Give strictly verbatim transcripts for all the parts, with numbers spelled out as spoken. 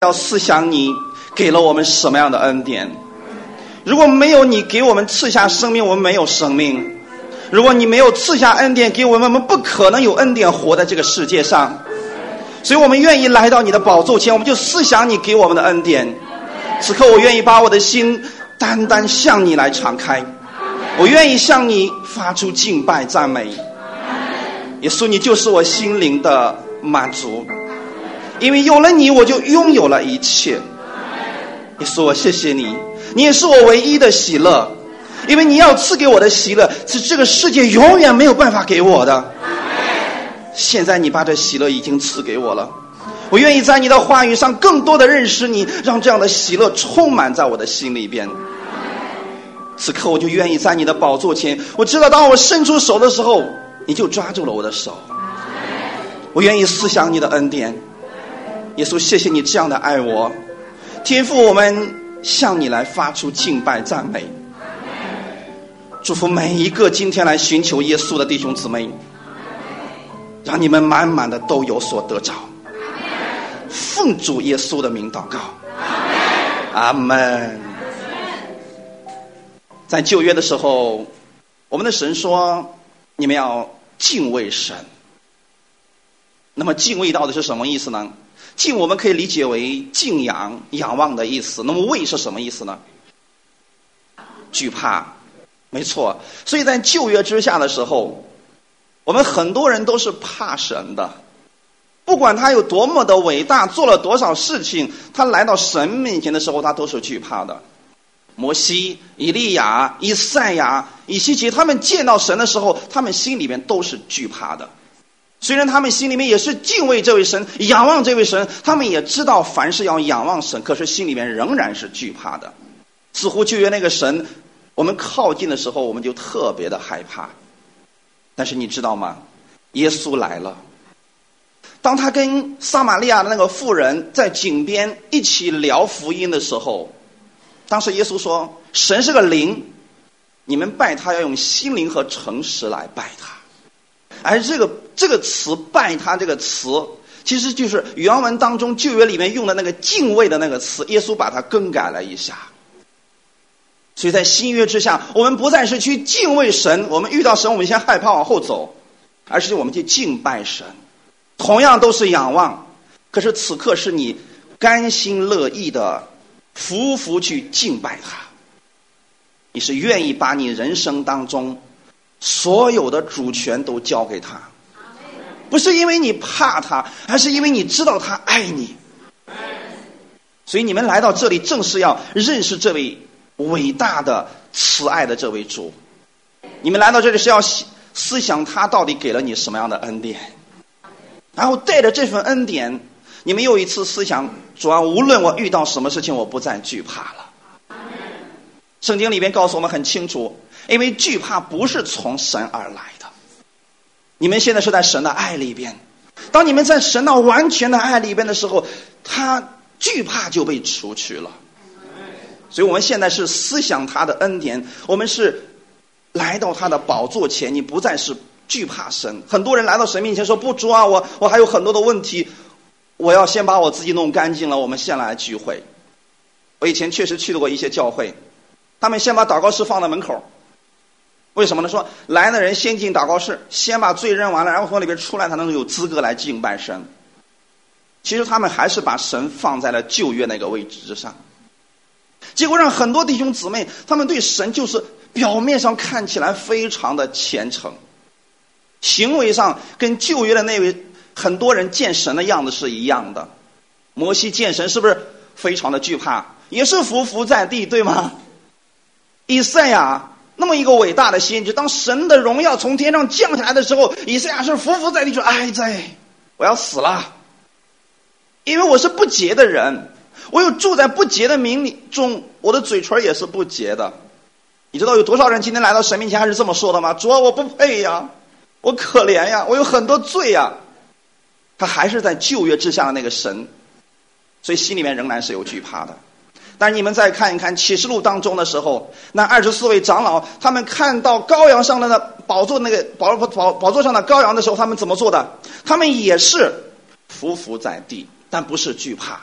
要思想你给了我们什么样的恩典。如果没有你给我们赐下生命，我们没有生命。如果你没有赐下恩典给我们，我们不可能有恩典活在这个世界上。所以我们愿意来到你的宝座前，我们就思想你给我们的恩典。此刻我愿意把我的心单单向你来敞开，我愿意向你发出敬拜赞美。耶稣，你就是我心灵的满足，因为有了你我就拥有了一切。耶稣，我谢谢你，你也是我唯一的喜乐，因为你要赐给我的喜乐是这个世界永远没有办法给我的。现在你把这喜乐已经赐给我了，我愿意在你的话语上更多的认识你，让这样的喜乐充满在我的心里边。此刻我就愿意在你的宝座前，我知道当我伸出手的时候，你就抓住了我的手。我愿意思想你的恩典。耶稣，谢谢你这样的爱我。天父，我们向你来发出敬拜赞美。祝福每一个今天来寻求耶稣的弟兄姊妹，让你们满满的都有所得着。奉主耶稣的名祷告，阿们。在旧约的时候，我们的神说你们要敬畏神。那么敬畏到底是什么意思呢？敬我们可以理解为敬仰、仰望的意思。那么畏是什么意思呢？惧怕，没错。所以在旧约之下的时候，我们很多人都是怕神的。不管他有多么的伟大，做了多少事情，他来到神面前的时候，他都是惧怕的。摩西、以利亚、以赛亚、以西结，他们见到神的时候，他们心里面都是惧怕的。虽然他们心里面也是敬畏这位神，仰望这位神，他们也知道凡事要仰望神，可是心里面仍然是惧怕的。似乎旧约那个神，我们靠近的时候，我们就特别的害怕。但是你知道吗？耶稣来了。当他跟撒玛利亚的那个妇人在井边一起聊福音的时候，当时耶稣说，神是个灵，你们拜他要用心灵和诚实来拜他。而这个这个词拜他这个词，其实就是原文当中旧约里面用的那个敬畏的那个词，耶稣把它更改了一下。所以在新约之下，我们不再是去敬畏神，我们遇到神我们先害怕往后走，而是我们去敬拜神。同样都是仰望，可是此刻是你甘心乐意的服服去敬拜他，你是愿意把你人生当中所有的主权都交给他，不是因为你怕他，而是因为你知道他爱你。所以你们来到这里正是要认识这位伟大的慈爱的这位主，你们来到这里是要思想他到底给了你什么样的恩典，然后带着这份恩典，你们又一次思想，主啊，无论我遇到什么事情，我不再惧怕了。圣经里面告诉我们很清楚，因为惧怕不是从神而来的。你们现在是在神的爱里边，当你们在神的完全的爱里边的时候，他惧怕就被除去了。所以我们现在是思想他的恩典，我们是来到他的宝座前，你不再是惧怕神。很多人来到神面前说，不，主啊，我我还有很多的问题，我要先把我自己弄干净了，我们先来聚会。我以前确实去过一些教会，他们先把祷告室放在门口，为什么呢？说来的人先进祷告室，先把罪认完了，然后从里边出来，才能有资格来敬拜神。其实他们还是把神放在了旧约那个位置之上，结果让很多弟兄姊妹，他们对神就是表面上看起来非常的虔诚，行为上跟旧约的那位很多人见神的样子是一样的。摩西见神是不是非常的惧怕？也是伏伏在地，对吗？以赛亚那么一个伟大的先知，当神的荣耀从天上降下来的时候，以赛亚是伏伏在地说，哎在我要死了，因为我是不洁的人，我有住在不洁的民里中，我的嘴唇也是不洁的。你知道有多少人今天来到神面前还是这么说的吗？主啊，我不配呀，我可怜呀，我有很多罪呀。他还是在旧约之下的那个神，所以心里面仍然是有惧怕的。但是你们再看一看启示录当中的时候，那二十四位长老，他们看到羔羊上的那宝座那个宝宝宝座上的羔羊的时候，他们怎么做的？他们也是伏伏在地，但不是惧怕，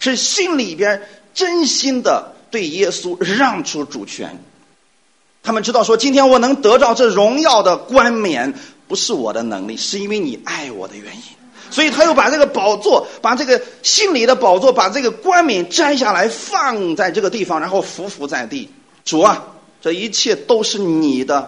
是心里边真心的对耶稣让出主权。他们知道说，今天我能得到这荣耀的冠冕，不是我的能力，是因为你爱我的原因。所以他又把这个宝座，把这个心里的宝座，把这个冠冕摘下来放在这个地方，然后匍匐在地。主啊，这一切都是你的。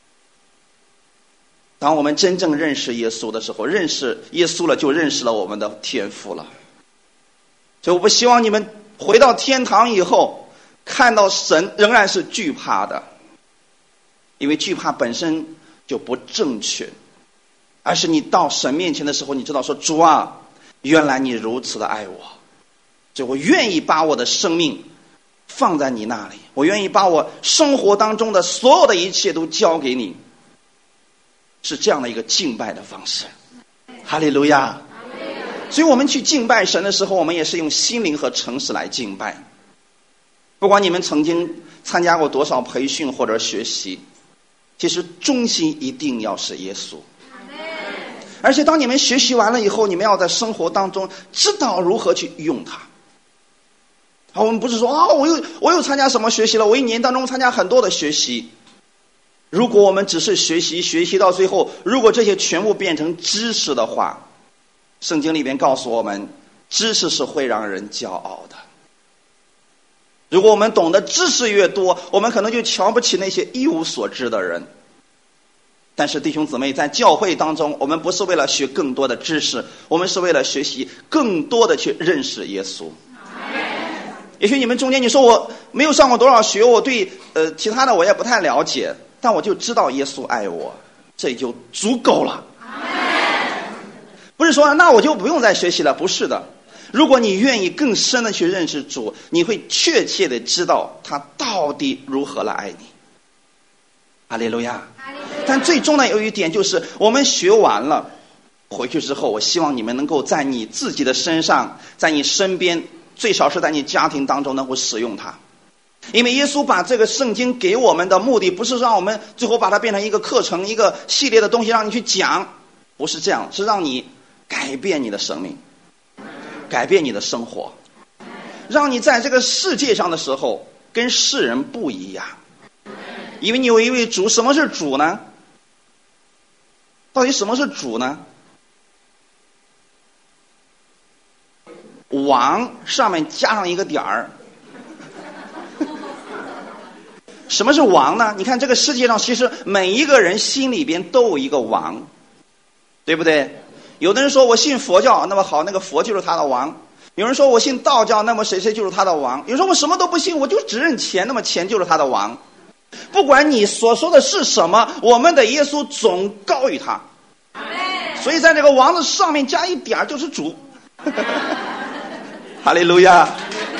当我们真正认识耶稣的时候，认识耶稣了，就认识了我们的天父了。所以我不希望你们回到天堂以后，看到神仍然是惧怕的，因为惧怕本身就不正确，而是你到神面前的时候，你知道说，主啊，原来你如此的爱我，所以我愿意把我的生命放在你那里，我愿意把我生活当中的所有的一切都交给你，是这样的一个敬拜的方式。哈利路亚！所以我们去敬拜神的时候，我们也是用心灵和诚实来敬拜。不管你们曾经参加过多少培训或者学习，其实中心一定要是耶稣。而且当你们学习完了以后，你们要在生活当中知道如何去用它。好，我们不是说啊、哦，我又我又参加什么学习了，我一年当中参加很多的学习。如果我们只是学习学习到最后，如果这些全部变成知识的话，圣经里面告诉我们，知识是会让人骄傲的。如果我们懂得知识越多，我们可能就瞧不起那些一无所知的人。但是弟兄姊妹，在教会当中，我们不是为了学更多的知识，我们是为了学习更多的去认识耶稣。也许你们中间你说我没有上过多少学，我对呃其他的我也不太了解，但我就知道耶稣爱我，这就足够了。不是说那我就不用再学习了，不是的。如果你愿意更深的去认识主，你会确切的知道他到底如何来爱你。哈利路亚！但最终呢，有一点就是，我们学完了回去之后，我希望你们能够在你自己的身上，在你身边，最少是在你家庭当中能够使用它。因为耶稣把这个圣经给我们的目的，不是让我们最后把它变成一个课程，一个系列的东西让你去讲，不是这样，是让你改变你的生命，改变你的生活，让你在这个世界上的时候跟世人不一样。因为你有一位主。什么是主呢？到底什么是主呢？王上面加上一个点儿。什么是王呢？你看这个世界上其实每一个人心里边都有一个王，对不对？有的人说我信佛教，那么好，那个佛就是他的王。有人说我信道教，那么谁谁就是他的王。有人说我什么都不信，我就只认钱，那么钱就是他的王。不管你所说的是什么，我们的耶稣总高于他。所以在这个王字上面加一点就是主。哈利路亚！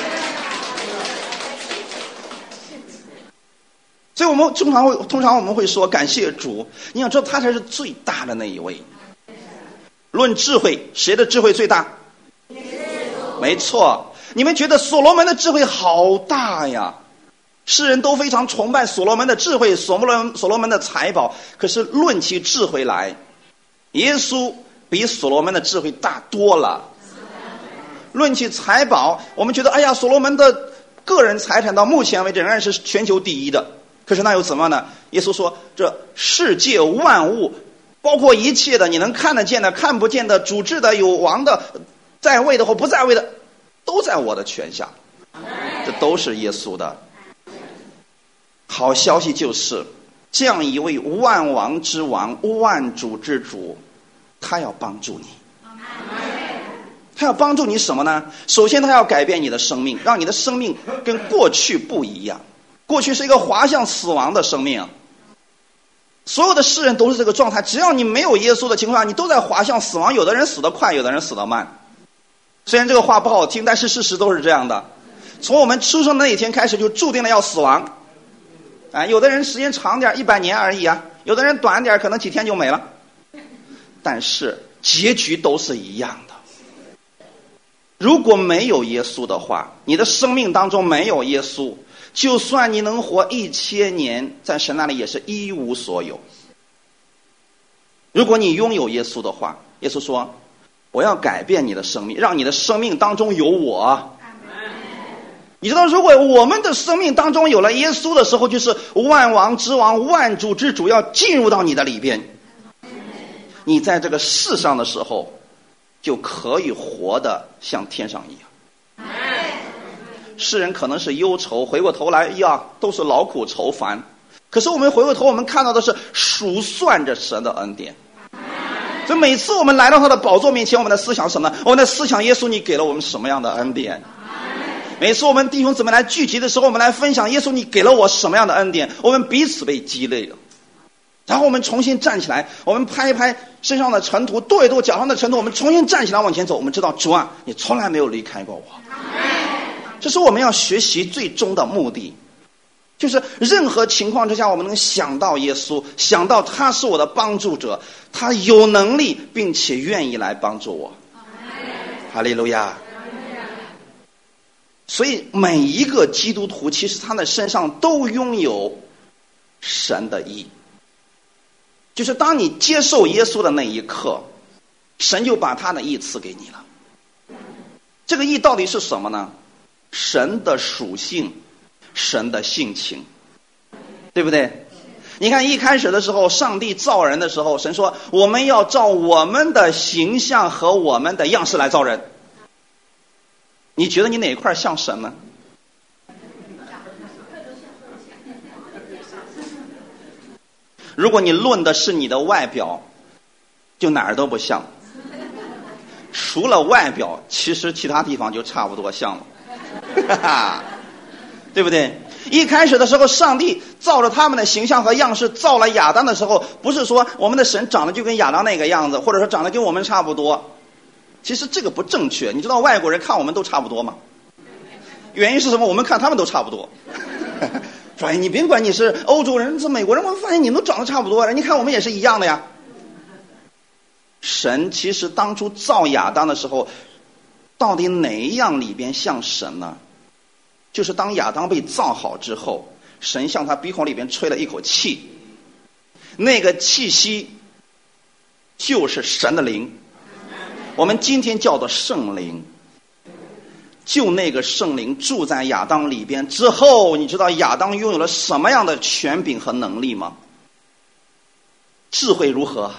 所以我们通常会通常我们会说感谢主，你想知道他才是最大的那一位。论智慧，谁的智慧最大？没错，你们觉得所罗门的智慧好大呀，世人都非常崇拜所罗门的智慧，所罗门所罗门的财宝。可是论起智慧来，耶稣比所罗门的智慧大多了。论起财宝，我们觉得哎呀，所罗门的个人财产到目前为止仍然是全球第一的。可是那又怎么呢？耶稣说，这世界万物，包括一切的，你能看得见的、看不见的、主治的、有王的、在位的或不在位的，都在我的权下。这都是耶稣的。好消息就是，这样一位万王之王、万主之主，他要帮助你。他要帮助你什么呢？首先他要改变你的生命，让你的生命跟过去不一样。过去是一个滑向死亡的生命，所有的世人都是这个状态。只要你没有耶稣的情况下，你都在滑向死亡。有的人死得快，有的人死得慢。虽然这个话不好听，但是事实都是这样的。从我们出生的那一天开始，就注定了要死亡。啊，有的人时间长点，一百年而已啊；有的人短点，可能几天就没了。但是结局都是一样的。如果没有耶稣的话，你的生命当中没有耶稣，就算你能活一千年，在神那里也是一无所有。如果你拥有耶稣的话，耶稣说，我要改变你的生命，让你的生命当中有我。 你知道，如果我们的生命当中有了耶稣的时候，就是万王之王、万主之主要进入到你的里边，你在这个世上的时候就可以活得像天上一样。世人可能是忧愁，回过头来呀都是劳苦愁烦，可是我们回过头，我们看到的是数算着神的恩典。所以每次我们来到他的宝座面前，我们的思想什么呢？我们的思想耶稣你给了我们什么样的恩典。每次我们弟兄姊妹来聚集的时候，我们来分享耶稣你给了我什么样的恩典，我们彼此被激励了，然后我们重新站起来，我们拍一拍身上的尘土，跺一跺脚上的尘土，我们重新站起来往前走。我们知道主啊，你从来没有离开过我。这是我们要学习最终的目的，就是任何情况之下我们能想到耶稣，想到他是我的帮助者，他有能力并且愿意来帮助我。哈利路亚。所以每一个基督徒其实他的身上都拥有神的义，就是当你接受耶稣的那一刻，神就把他的义赐给你了。这个义到底是什么呢？神的属性，神的性情，对不对？你看一开始的时候，上帝造人的时候，神说我们要照我们的形象和我们的样式来造人。你觉得你哪一块像神呢？如果你论的是你的外表，就哪儿都不像。除了外表，其实其他地方就差不多像了。对不对？一开始的时候，上帝照着他们的形象和样式造了亚当的时候，不是说我们的神长得就跟亚当那个样子，或者说长得跟我们差不多。其实这个不正确。你知道外国人看我们都差不多吗？原因是什么？我们看他们都差不多。说你别管你是欧洲人是美国人，我发现你们都长得差不多，你看我们也是一样的呀。神其实当初造亚当的时候，到底哪一样里边像神呢？就是当亚当被造好之后，神向他鼻孔里边吹了一口气，那个气息就是神的灵，我们今天叫做圣灵。就那个圣灵住在亚当里边之后，你知道亚当拥有了什么样的权柄和能力吗？智慧如何？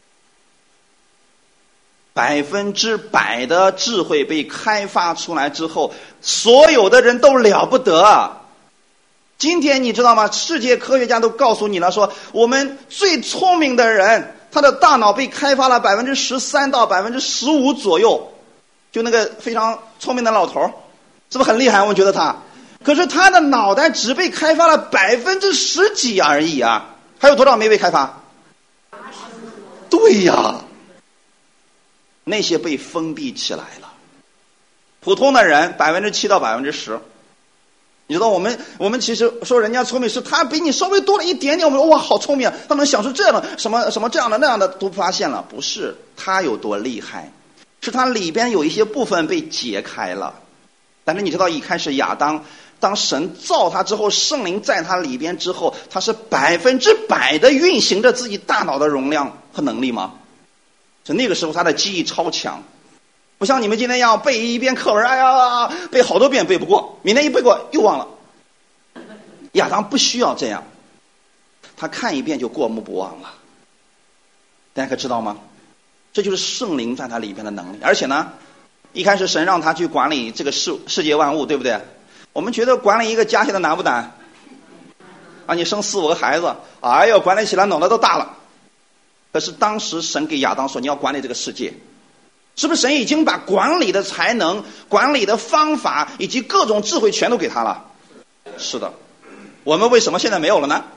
百分之百的智慧被开发出来之后，所有的人都了不得。今天你知道吗？世界科学家都告诉你了，说我们最聪明的人，他的大脑被开发了百分之十三到百分之十五左右。就那个非常聪明的老头，是不是很厉害？我觉得他，可是他的脑袋只被开发了百分之十几而已啊，还有多少没被开发？对呀，那些被封闭起来了。普通的人百分之七到百分之十。你知道我们我们其实说人家聪明，是他比你稍微多了一点点，我们说哇好聪明，他能想出这样的什么什么这样的那样的都发现了，不是他有多厉害。是他里边有一些部分被解开了。但是你知道一开始亚当当神造他之后，圣灵在他里边之后，他是百分之百的运行着自己大脑的容量和能力吗？就那个时候他的记忆超强，不像你们今天要背一遍课文，哎呀背好多遍背不过，明天一背过又忘了。亚当不需要这样，他看一遍就过目不忘了。大家可知道吗？这就是圣灵在他里边的能力。而且呢，一开始神让他去管理这个世世界万物，对不对？我们觉得管理一个家现在难不难？啊，你生四五个孩子，哎呦，管理起来脑袋都大了。可是当时神给亚当说你要管理这个世界，是不是神已经把管理的才能、管理的方法以及各种智慧全都给他了？是的。我们为什么现在没有了呢？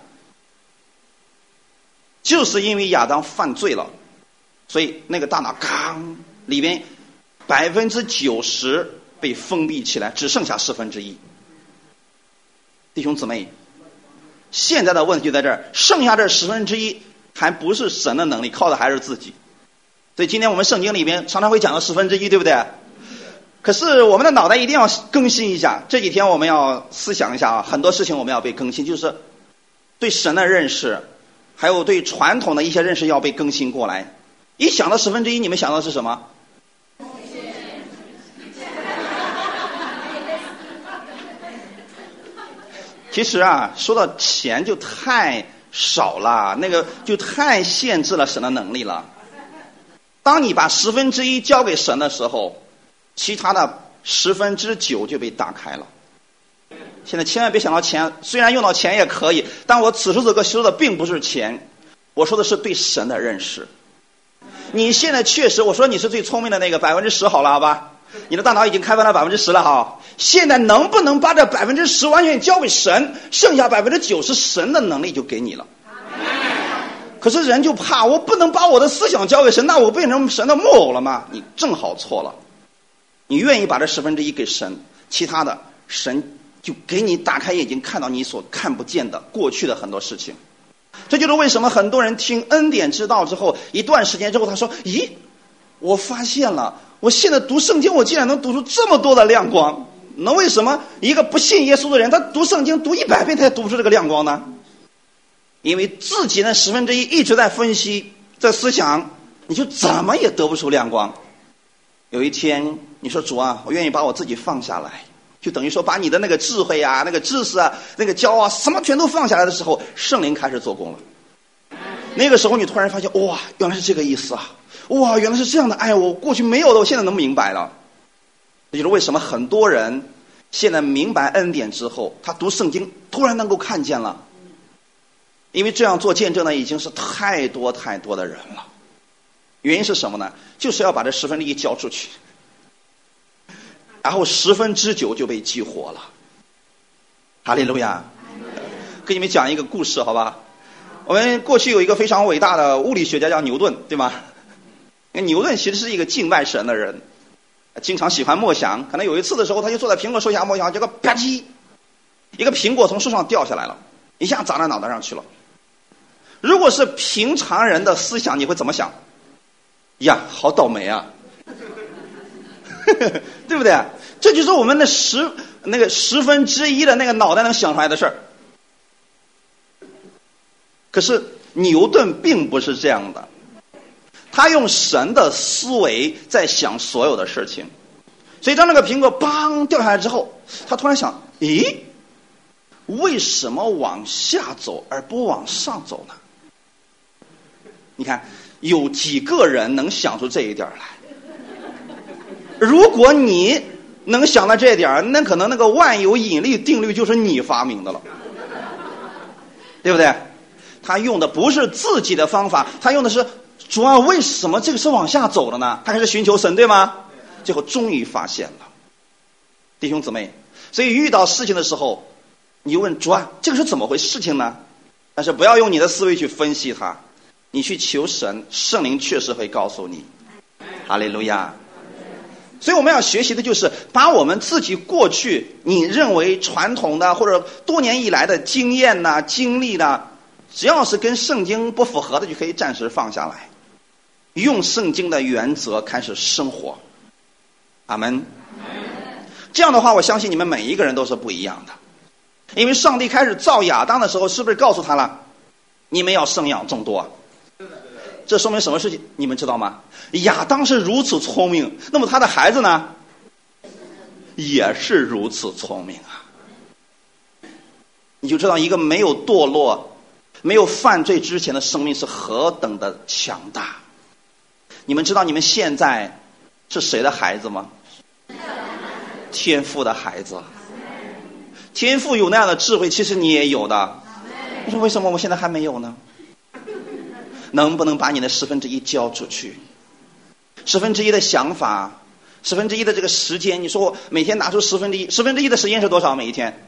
就是因为亚当犯罪了。所以那个大脑刚里边百分之九十被封闭起来，只剩下十分之一。弟兄姊妹，现在的问题就在这儿，剩下这十分之一还不是神的能力，靠的还是自己。所以今天我们圣经里边常常会讲到十分之一，对不对？可是我们的脑袋一定要更新一下。这几天我们要思想一下啊，很多事情我们要被更新，就是对神的认识，还有对传统的一些认识要被更新过来。一想到十分之一，你们想到的是什么？ 其实啊，说到钱就太少了，那个就太限制了神的能力了。当你把十分之一交给神的时候，其他的十分之九就被打开了。现在千万别想到钱，虽然用到钱也可以，但我此时此刻说的并不是钱，我说的是对神的认识。你现在确实，我说你是最聪明的那个百分之十好了，好吧？你的大脑已经开发到百分之十了哈。现在能不能把这百分之十完全交给神，剩下百分之九十神的能力就给你了。可是人就怕，我不能把我的思想交给神，那我变成神的木偶了吗？你正好错了。你愿意把这十分之一给神，其他的神就给你打开眼睛，看到你所看不见的过去的很多事情。这就是为什么很多人听恩典之道之后，一段时间之后他说，咦，我发现了，我现在读圣经我竟然能读出这么多的亮光。那为什么一个不信耶稣的人，他读圣经读一百遍他也读不出这个亮光呢？因为自己那十分之一一直在分析在思想，你就怎么也得不出亮光。有一天你说，主啊，我愿意把我自己放下来，就等于说把你的那个智慧啊，那个知识啊，那个骄傲什么全都放下来的时候，圣灵开始做工了。那个时候你突然发现，哇，原来是这个意思啊，哇，原来是这样的，哎，我过去没有的，我现在能明白了。这就是为什么很多人现在明白恩典之后，他读圣经突然能够看见了。因为这样做见证的已经是太多太多的人了。原因是什么呢？就是要把这十分之一交出去，然后十分之九就被激活了。哈利路亚！给你们讲一个故事好吧？我们过去有一个非常伟大的物理学家叫牛顿，对吗？牛顿其实是一个敬拜神的人，经常喜欢默想。可能有一次的时候，他就坐在苹果树下默想，结果吧唧，一个苹果从树上掉下来了，一下砸在脑袋上去了。如果是平常人的思想，你会怎么想？呀，好倒霉啊，对不对？这就是我们的十那个十分之一的那个脑袋能想出来的事儿。可是牛顿并不是这样的，他用神的思维在想所有的事情。所以当那个苹果邦掉下来之后，他突然想，咦，为什么往下走而不往上走呢？你看有几个人能想出这一点来？如果你能想到这一点，那可能那个万有引力定律就是你发明的了，对不对？他用的不是自己的方法，他用的是主啊，为什么这个是往下走的呢？他开始寻求神，对吗？最后终于发现了。弟兄姊妹，所以遇到事情的时候，你就问主啊，这个是怎么回事情呢？但是不要用你的思维去分析它，你去求神，圣灵确实会告诉你。哈利路亚！所以我们要学习的就是把我们自己过去你认为传统的或者多年以来的经验呐、经历呐，只要是跟圣经不符合的，就可以暂时放下来，用圣经的原则开始生活。阿们。这样的话，我相信你们每一个人都是不一样的。因为上帝开始造亚当的时候，是不是告诉他了，你们要生养众多？这说明什么事情？你们知道吗？亚当是如此聪明，那么他的孩子呢，也是如此聪明啊。你就知道一个没有堕落、没有犯罪之前的生命是何等的强大。你们知道你们现在是谁的孩子吗？天父的孩子。天父有那样的智慧，其实你也有的。你说为什么我现在还没有呢？能不能把你的十分之一交出去？十分之一的想法，十分之一的这个时间，你说我每天拿出十分之一，十分之一的时间是多少？每一天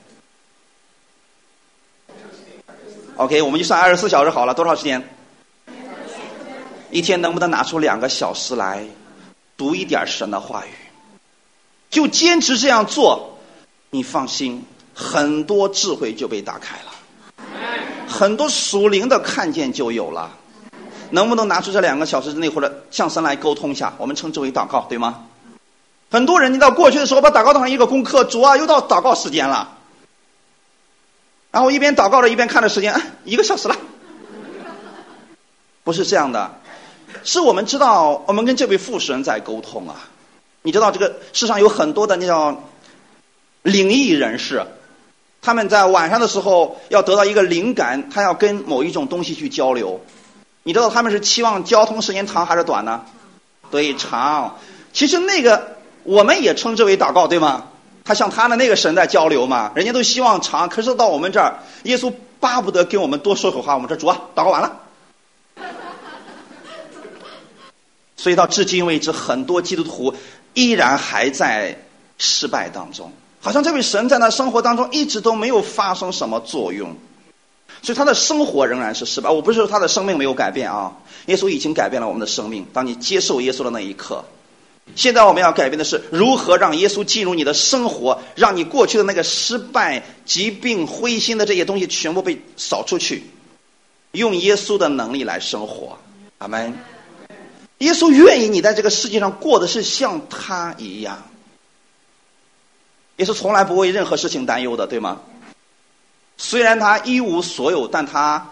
？OK， 我们就算二十四小时好了，多少时间？一天能不能拿出两个小时来读一点神的话语？就坚持这样做，你放心，很多智慧就被打开了，很多属灵的看见就有了。能不能拿出这两个小时之内，或者向神来沟通一下？我们称之为祷告，对吗？很多人你到过去的时候把祷告当成一个功课，主啊，又到祷告时间了，然后一边祷告着一边看着时间，一个小时了。不是这样的，是我们知道我们跟这位父神在沟通啊。你知道这个世上有很多的那叫灵异人士， 他们在晚上的时候要得到一个灵感，他要跟某一种东西去交流。你知道他们是期望交通时间长还是短呢？对，长。其实那个我们也称之为祷告，对吗？他像他的那个神在交流嘛，人家都希望长，可是到我们这儿，耶稣巴不得跟我们多说口话。我们这主啊，祷告完了。所以到至今为止，很多基督徒依然还在失败当中，好像这位神在那生活当中一直都没有发生什么作用，所以他的生活仍然是失败。我不是说他的生命没有改变啊，耶稣已经改变了我们的生命。当你接受耶稣的那一刻，现在我们要改变的是如何让耶稣进入你的生活，让你过去的那个失败、疾病、灰心的这些东西全部被扫出去，用耶稣的能力来生活。阿们。耶稣愿意你在这个世界上过的是像他一样。耶稣从来不为任何事情担忧的，对吗？虽然他一无所有，但他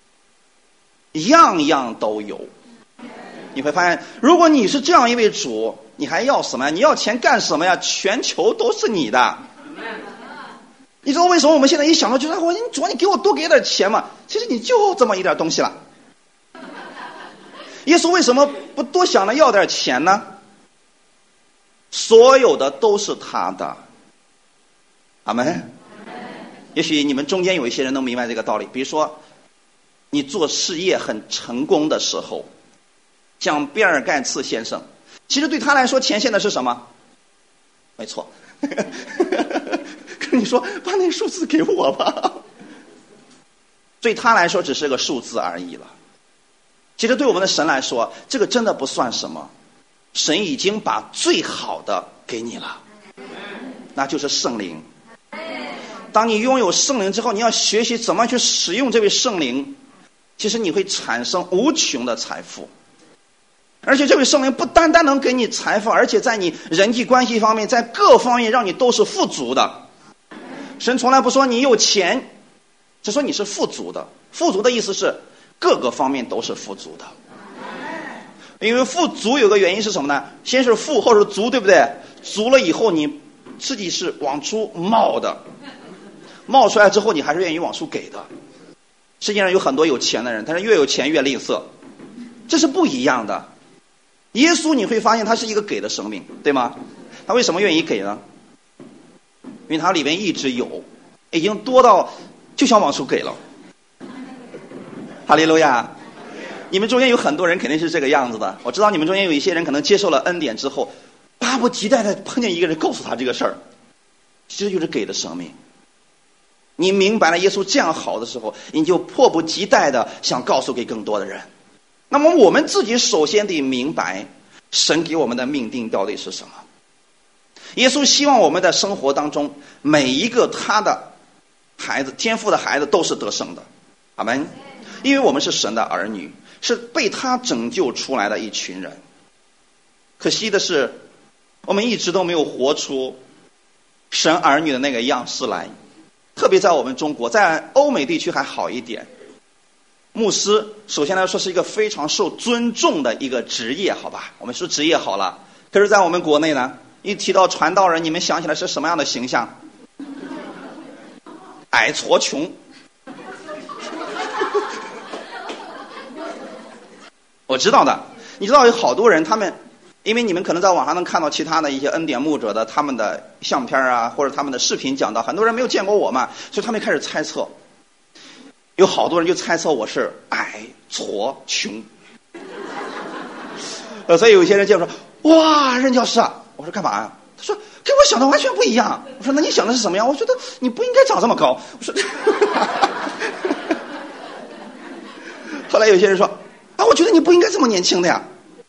样样都有。你会发现，如果你是这样一位主，你还要什么呀？你要钱干什么呀？全球都是你的。你知道为什么我们现在一想到就是我主，你给我多给点钱嘛？其实你就这么一点东西了。耶稣为什么不多想着要点钱呢？所有的都是他的。阿们。也许你们中间有一些人能明白这个道理，比如说你做事业很成功的时候，像比尔盖茨先生，其实对他来说钱现在是什么？没错。跟你说把那个数字给我吧，对他来说只是个数字而已了。其实对我们的神来说，这个真的不算什么。神已经把最好的给你了，那就是圣灵。当你拥有圣灵之后，你要学习怎么去使用这位圣灵，其实你会产生无穷的财富。而且这位圣灵不单单能给你财富，而且在你人际关系方面，在各方面让你都是富足的。神从来不说你有钱，只说你是富足的。富足的意思是各个方面都是富足的。因为富足有个原因是什么呢？先是富后是足，对不对？足了以后你自己是往出冒的，冒出来之后你还是愿意往出给的。世界上有很多有钱的人，但是越有钱越吝啬，这是不一样的。耶稣你会发现他是一个给的生命，对吗？他为什么愿意给呢？因为他里面一直有，已经多到就想往出给了。哈利路亚！你们中间有很多人肯定是这个样子的，我知道你们中间有一些人可能接受了恩典之后，巴不及待的碰见一个人告诉他这个事儿，其实就是给的生命。你明白了耶稣这样好的时候，你就迫不及待的想告诉给更多的人。那么我们自己首先得明白神给我们的命定到底是什么。耶稣希望我们在生活当中每一个他的孩子，天父的孩子都是得胜的。阿们。因为我们是神的儿女，是被他拯救出来的一群人。可惜的是我们一直都没有活出神儿女的那个样式来，特别在我们中国，在欧美地区还好一点。牧师首先来说是一个非常受尊重的一个职业，好吧，我们说职业好了。可是在我们国内呢，一提到传道人，你们想起来是什么样的形象？矮矬穷。我知道的，你知道有好多人，他们因为你们可能在网上能看到其他的一些恩典牧者的他们的相片啊，或者他们的视频讲到，很多人没有见过我嘛，所以他们开始猜测。有好多人就猜测我是矮矬穷。呃，所以有一些人就说：“哇，任教师啊！”我说：“干嘛呀？”他说：“跟我想的完全不一样。”我说：“那你想的是什么呀？”我觉得你不应该长这么高。我说。后来有些人说：“啊，我觉得你不应该这么年轻的呀。”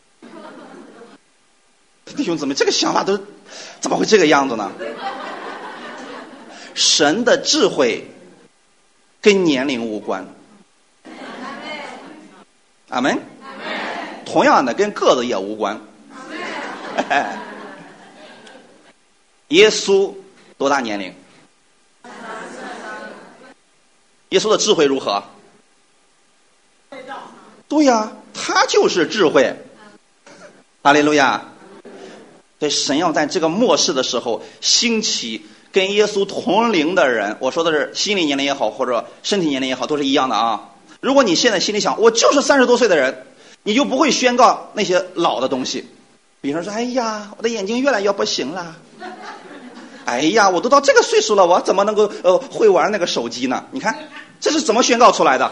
弟兄姊妹，这个想法都怎么会这个样子呢？神的智慧跟年龄无关。阿们。同样的，跟个子也无关。耶稣多大年龄？耶稣的智慧如何？对呀，他就是智慧。哈利路亚！对，神要在这个末世的时候兴起跟耶稣同龄的人，我说的是心理年龄也好，或者身体年龄也好，都是一样的啊。如果你现在心里想，我就是三十多岁的人，你就不会宣告那些老的东西，比如说，哎呀，我的眼睛越来越不行了。哎呀，我都到这个岁数了，我怎么能够呃会玩那个手机呢？你看，这是怎么宣告出来的？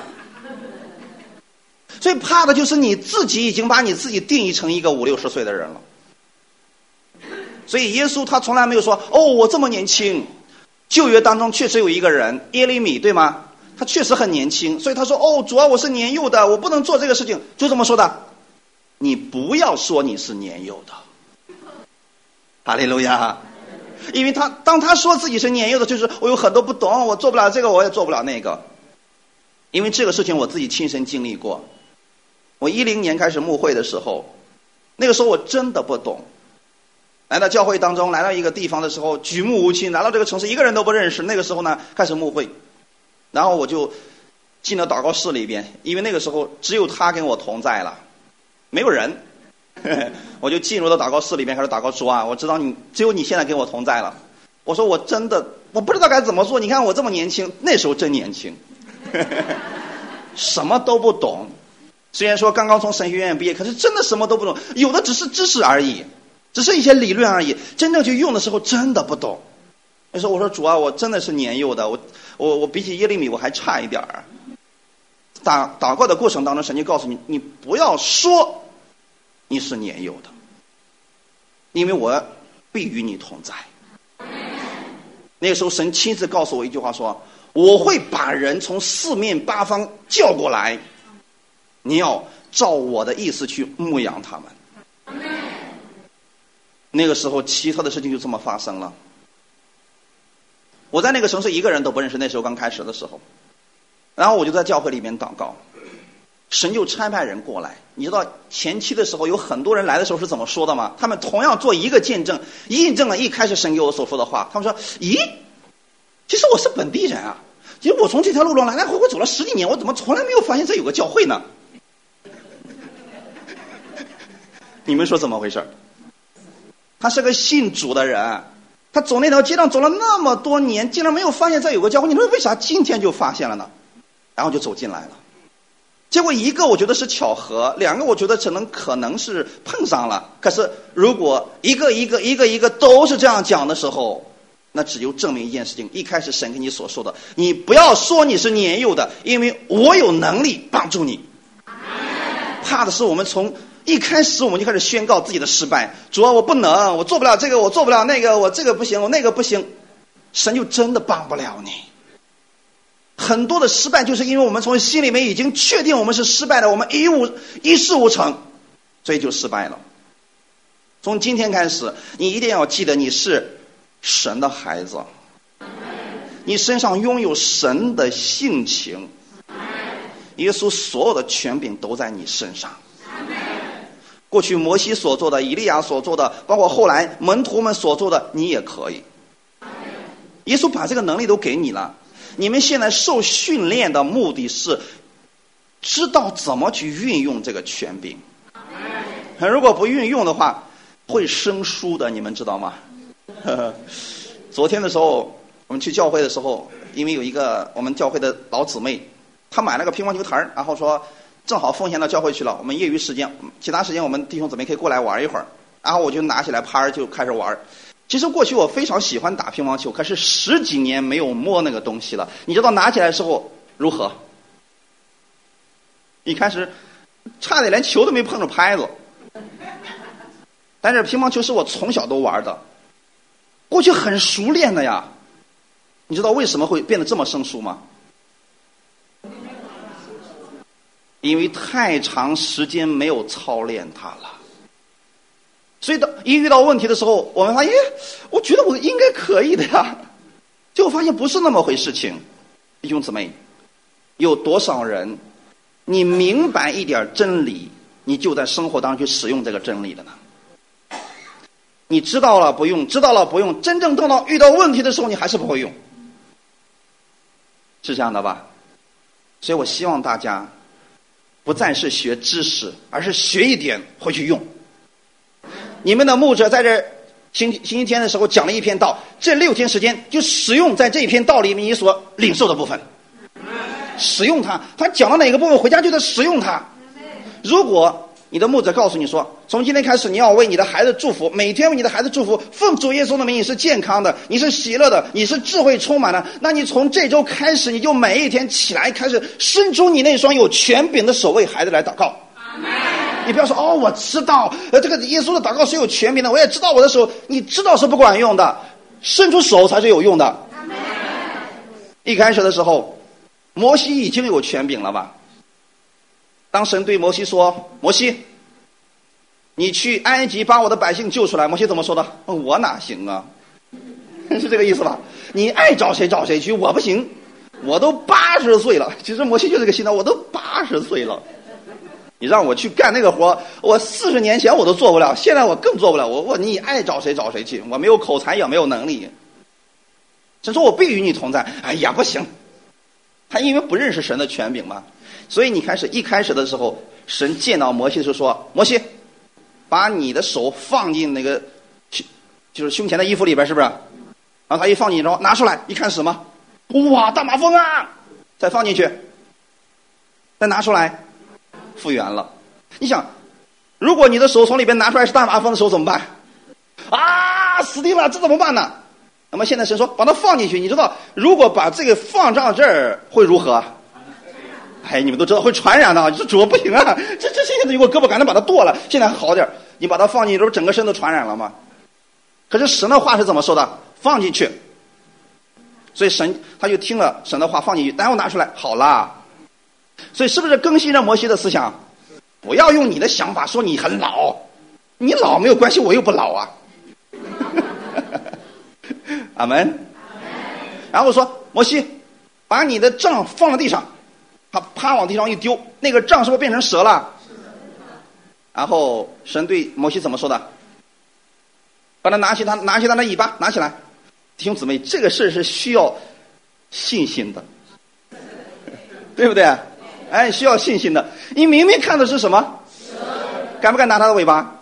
最怕的就是你自己已经把你自己定义成一个五六十岁的人了。所以耶稣他从来没有说，哦，我这么年轻。旧约当中确实有一个人耶利米，对吗？他确实很年轻，所以他说，哦，主啊，我是年幼的，我不能做这个事情。就这么说的。你不要说你是年幼的。哈利路亚。因为他当他说自己是年幼的，就是我有很多不懂，我做不了这个，我也做不了那个。因为这个事情我自己亲身经历过。我一零年开始牧会的时候，那个时候我真的不懂。来到教会当中，来到一个地方的时候，举目无亲，来到这个城市一个人都不认识。那个时候呢，开始牧会，然后我就进了祷告室里边，因为那个时候只有他跟我同在了，没有人。我就进入到祷告室里面开始祷告，主啊，我知道你只有你现在跟我同在了。我说我真的我不知道该怎么做，你看我这么年轻，那时候真年轻。什么都不懂，虽然说刚刚从神学院毕业，可是真的什么都不懂，有的只是知识而已，只是一些理论而已，真正去用的时候真的不懂。那时候我说主啊，我真的是年幼的，我我我比起耶利米我还差一点儿。祷祷告的过程当中，神就告诉你，你不要说你是年幼的，因为我必与你同在。那个时候神亲自告诉我一句话说，我会把人从四面八方叫过来，你要照我的意思去牧养他们。那个时候奇特的事情就这么发生了。我在那个城市一个人都不认识，那时候刚开始的时候，然后我就在教会里面祷告，神就差派人过来。你知道前期的时候有很多人来的时候是怎么说的吗？他们同样做一个见证，印证了一开始神给我所说的话。他们说，咦，其实我是本地人啊，其实我从这条路上来来回回走了十几年，我怎么从来没有发现这有个教会呢？你们说怎么回事？他是个信主的人，他走那条街上走了那么多年，竟然没有发现这有个教会。你说为啥今天就发现了呢？然后就走进来了。结果一个我觉得是巧合，两个我觉得只能可能是碰上了。可是如果一个一个一个一个都是这样讲的时候，那只有证明一件事情，一开始神跟你所说的，你不要说你是年幼的，因为我有能力帮助你。怕的是我们从一开始我们就开始宣告自己的失败，主啊，我不能，我做不了这个，我做不了那个，我这个不行，我那个不行，神就真的帮不了你。很多的失败就是因为我们从心里面已经确定我们是失败的，我们一无一事无成，所以就失败了。从今天开始，你一定要记得你是神的孩子，你身上拥有神的性情，耶稣所有的权柄都在你身上。过去摩西所做的，以利亚所做的，包括后来门徒们所做的，你也可以。耶稣把这个能力都给你了。你们现在受训练的目的是知道怎么去运用这个权柄。如果不运用的话，会生疏的，你们知道吗？昨天的时候，我们去教会的时候，因为有一个我们教会的老姊妹，她买了个乒乓球台，然后说正好奉献到教会去了，我们业余时间，其他时间我们弟兄姊妹可以过来玩一会儿。然后我就拿起来拍就开始玩。其实过去我非常喜欢打乒乓球，可是十几年没有摸那个东西了。你知道拿起来的时候如何？一开始差点连球都没碰着拍子。但是乒乓球是我从小都玩的，过去很熟练的呀。你知道为什么会变得这么生疏吗？因为太长时间没有操练它了。所以一遇到问题的时候，我们发现，我觉得我应该可以的呀，结果发现不是那么回事情。弟兄姊妹，有多少人你明白一点真理，你就在生活当中去使用这个真理的呢？你知道了不用，知道了不用，真正等到遇到问题的时候，你还是不会用，是这样的吧？所以我希望大家不再是学知识，而是学一点回去用。你们的牧者在这星星期天的时候讲了一篇道，这六天时间就使用在这一篇道里面你所领受的部分，使用它。他讲到哪个部分，回家就得使用它。如果你的牧者告诉你说，从今天开始你要为你的孩子祝福，每天为你的孩子祝福，奉主耶稣的名，你是健康的，你是喜乐的，你是智慧充满的，那你从这周开始，你就每一天起来开始伸出你那双有权柄的手为孩子来祷告。你不要说哦，我知道，呃，这个耶稣的祷告是有权柄的，我也知道我的手，你知道是不管用的，伸出手才是有用的。一开始的时候，摩西已经有权柄了吧？当神对摩西说：“摩西，你去埃及把我的百姓救出来。”摩西怎么说的？我哪行啊？是这个意思吧？你爱找谁找谁去，我不行，我都八十岁了。其实摩西就这个心态，我都八十岁了。你让我去干那个活，我四十年前我都做不了，现在我更做不了。我我你爱找谁找谁去，我没有口才也没有能力。神说我必与你同在。哎呀，不行，他因为不认识神的权柄嘛，所以你开始一开始的时候，神见到摩西的时候说：“摩西，把你的手放进那个就是胸前的衣服里边，是不是？”然后他一放进去之后，拿出来一看什么？哇，大马蜂啊！再放进去，再拿出来。复原了。你想，如果你的手从里边拿出来是大麻风的手怎么办？啊，死定了，这怎么办呢？那么现在神说把它放进去，你知道如果把这个放到这儿会如何？哎，你们都知道会传染的。你说主不行啊，这这现在如果胳膊赶紧把它剁了，现在好点，你把它放进去之后，整个身都传染了吗？可是神的话是怎么说的？放进去。所以神他就听了神的话，放进去，然后拿出来，好啦。所以是不是更新了摩西的思想？不要用你的想法说你很老，你老没有关系，我又不老啊。阿门。然后说摩西，把你的杖放在地上，他啪往地上一丢，那个杖是不是变成蛇了？然后神对摩西怎么说的？把他拿起他拿起他的尾巴，拿起来。弟兄姊妹，这个事是需要信心的，对不对？哎，需要信心的。你明明看的是什么？敢不敢拿他的尾巴？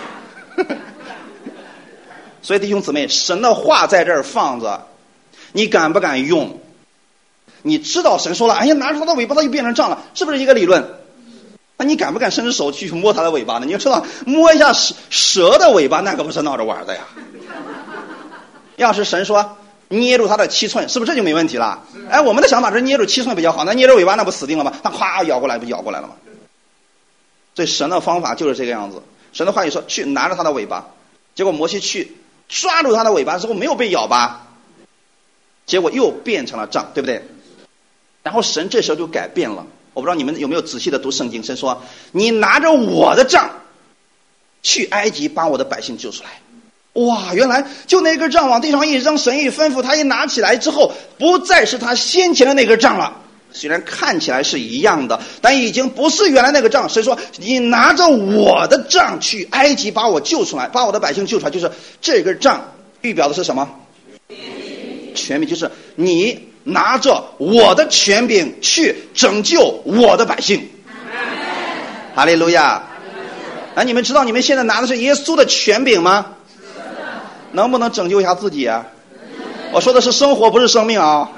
所以弟兄姊妹，神的话在这儿放着，你敢不敢用？你知道神说了，哎呀，拿出他的尾巴，他就变成杖了，是不是一个理论？那你敢不敢伸出手去摸他的尾巴呢？你要知道，摸一下蛇的尾巴，那可不是闹着玩的呀。要是神说捏住他的七寸，是不是这就没问题了？哎，我们的想法是捏住七寸比较好，那捏住尾巴那不死定了吗？他咵咬过来，不咬过来了吗？所以神的方法就是这个样子。神的话语说去拿着他的尾巴，结果摩西去抓住他的尾巴之后没有被咬吧，结果又变成了杖，对不对？然后神这时候就改变了。我不知道你们有没有仔细的读圣经，神说你拿着我的杖去埃及把我的百姓救出来。哇，原来就那根杖往地上一扔，神一吩咐，他一拿起来之后，不再是他先前的那根杖了。虽然看起来是一样的，但已经不是原来那个杖。神说你拿着我的杖去埃及把我救出来，把我的百姓救出来，就是这根杖预表的是什么？权柄，就是你拿着我的权柄去拯救我的百姓。哈利路亚。那你们知道你们现在拿的是耶稣的权柄吗？能不能拯救一下自己啊？我说的是生活，不是生命啊。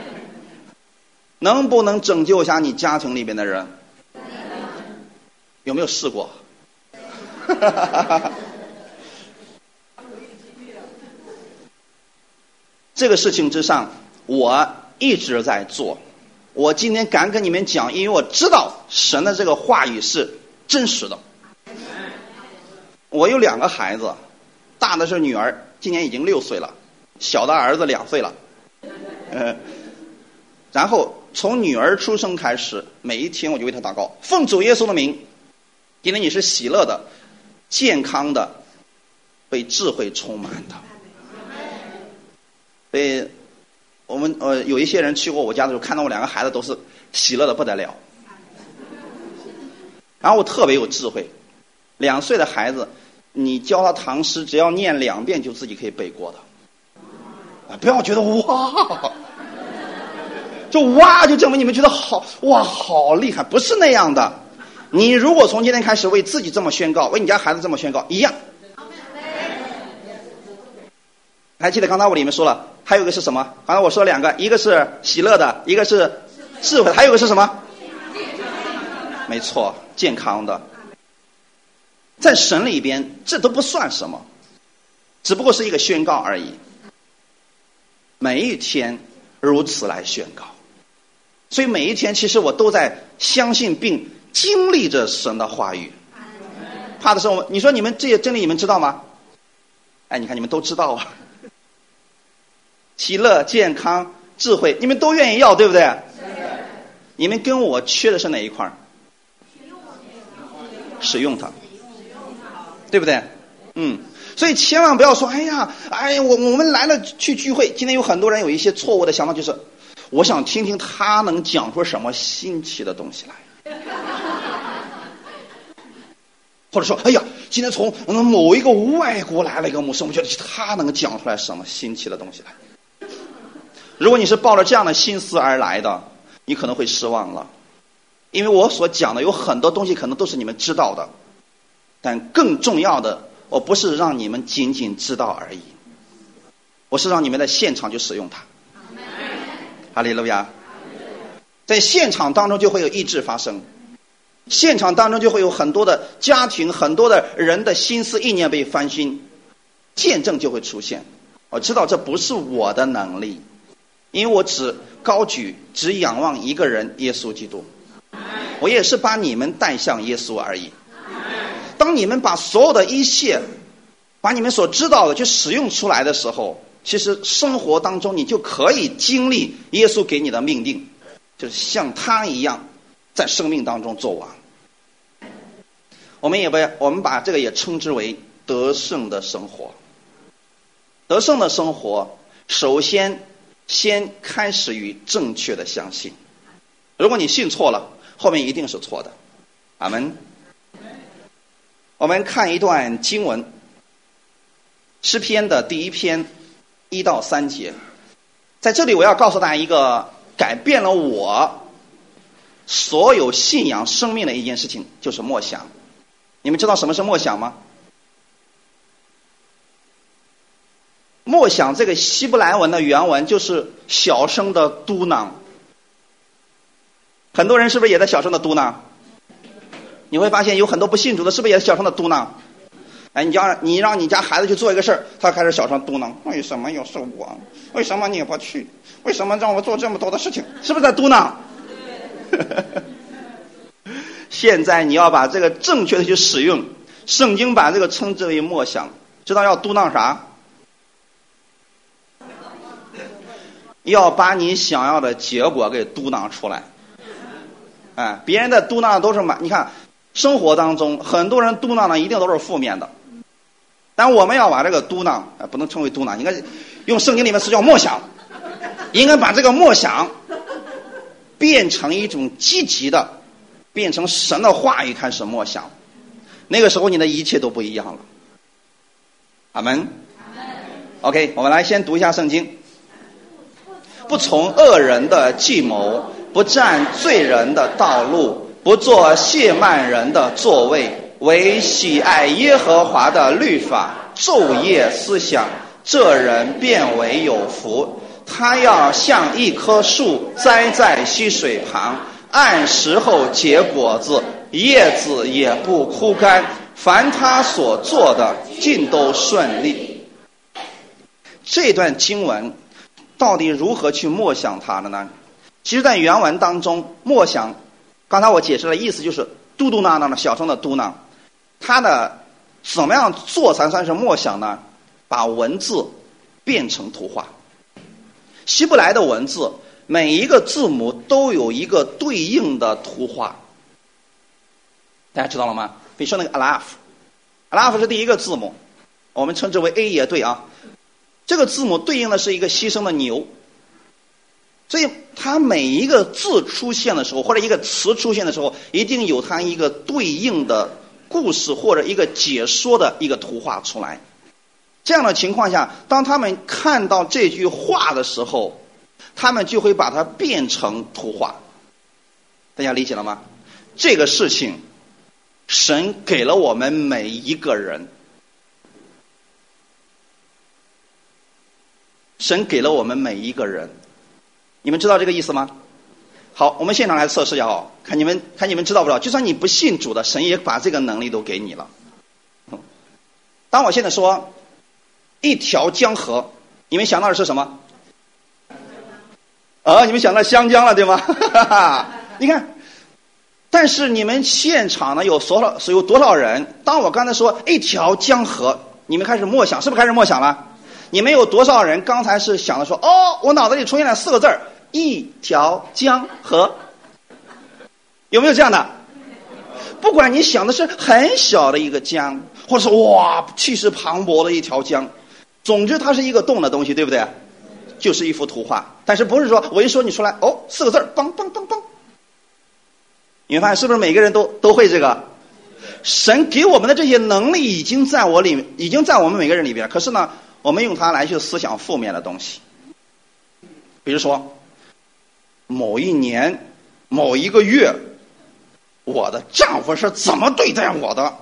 能不能拯救一下你家庭里面的人？有没有试过？这个事情之上，我一直在做。我今天敢跟你们讲，因为我知道神的这个话语是真实的。我有两个孩子，大的是女儿，今年已经六岁了，小的儿子两岁了。呃，然后从女儿出生开始，每一天我就为她祷告，奉主耶稣的名，因为你是喜乐的、健康的、被智慧充满的。所以我们呃有一些人去过我家的时候，看到我两个孩子都是喜乐的不得了。然后我特别有智慧，两岁的孩子，你教他唐诗，只要念两遍就自己可以背过的。啊，不要觉得哇，就哇就证明你们觉得好哇好厉害，不是那样的。你如果从今天开始为自己这么宣告，为你家孩子这么宣告，一样。 还记得刚才我里面说了，还有一个是什么？刚才我说两个，一个是喜乐的，一个是智慧的，还有一个是什么？没错，健康的。在神里边，这都不算什么，只不过是一个宣告而已。每一天如此来宣告，所以每一天其实我都在相信并经历着神的话语。怕的是我们，你说你们这些真理你们知道吗？哎，你看你们都知道啊。喜乐、健康、智慧，你们都愿意要，对不对？你们跟我缺的是哪一块？使用它，对不对？嗯，所以千万不要说，哎呀，哎呀，我我们来了去聚会，今天有很多人有一些错误的想法，就是我想听听他能讲出什么新奇的东西来，或者说，哎呀，今天从某一个外国来了一个牧师，我觉得他能讲出来什么新奇的东西来。如果你是抱着这样的心思而来的，你可能会失望了，因为我所讲的有很多东西可能都是你们知道的，但更重要的，我不是让你们仅仅知道而已，我是让你们在现场就使用它。哈利路亚！在现场当中就会有医治发生，现场当中就会有很多的家庭，很多的人的心思意念被翻新，见证就会出现。我知道这不是我的能力，因为我只高举只仰望一个人，耶稣基督，我也是把你们带向耶稣而已。当你们把所有的一切把你们所知道的去使用出来的时候，其实生活当中你就可以经历耶稣给你的命定，就是像他一样在生命当中做王。我们也不我们把这个也称之为得胜的生活。得胜的生活首先先开始于正确的相信，如果你信错了，后面一定是错的。阿们。我们看一段经文，诗篇的第一篇一到三节。在这里我要告诉大家一个改变了我所有信仰生命的一件事情，就是默想。你们知道什么是默想吗？默想这个希伯来文的原文就是小声的嘟囔。很多人是不是也在小声的嘟囔？你会发现有很多不信主的是不是也小声的嘟囔？哎，你让你让你家孩子去做一个事儿，他开始小声嘟囔，为什么又是我？为什么你也不去？为什么让我做这么多的事情？是不是在嘟囔？现在你要把这个正确的去使用，圣经把这个称之为默想。知道要嘟囔啥？要把你想要的结果给嘟囔出来。哎，别人的嘟囔都是满，你看生活当中很多人嘟囔的一定都是负面的，但我们要把这个嘟囔，哎，不能称为嘟囔，应该用圣经里面词叫默想，应该把这个默想变成一种积极的，变成神的话语开始默想，那个时候你的一切都不一样了。阿们。OK， 我们来先读一下圣经。不从恶人的计谋，不占罪人的道路，不做亵慢人的座位，唯喜爱耶和华的律法，昼夜思想，这人便为有福。他要像一棵树栽在溪水旁，按时候结果子，叶子也不枯干，凡他所做的尽都顺利。这段经文到底如何去默想它的呢？其实在原文当中，默想刚才我解释了意思，就是嘟嘟囔囔的小声的嘟囔。它的怎么样做才算是默想呢？把文字变成图画。希伯来的文字每一个字母都有一个对应的图画，大家知道了吗？比如说那个 alaf， alaf 是第一个字母，我们称之为 A 也对啊。这个字母对应的是一个牺牲的牛，所以它每一个字出现的时候，或者一个词出现的时候，一定有它一个对应的故事或者一个解说的一个图画出来。这样的情况下，当他们看到这句话的时候，他们就会把它变成图画。大家理解了吗？这个事情神给了我们每一个人， 神给了我们每一个人。你们知道这个意思吗？好，我们现场来测试也好，看你们看你们知道不知道？就算你不信主的，神也把这个能力都给你了。当我现在说一条江河，你们想到的是什么？啊，你们想到香江了，对吗？你看，但是你们现场呢有多少是有多少人？当我刚才说一条江河，你们开始默想，是不是开始默想了？你们有多少人刚才是想的说，哦，我脑子里出现了四个字儿，一条江河，有没有这样的？不管你想的是很小的一个江，或者是哇气势磅礴的一条江，总之它是一个动的东西，对不对？就是一幅图画。但是不是说我一说你出来，哦，四个字儿，梆梆梆梆。你会发现是不是每个人都都会这个？神给我们的这些能力已经在我里，已经在我们每个人里边。可是呢，我们用它来去思想负面的东西。比如说，某一年、某一个月，我的丈夫是怎么对待我的？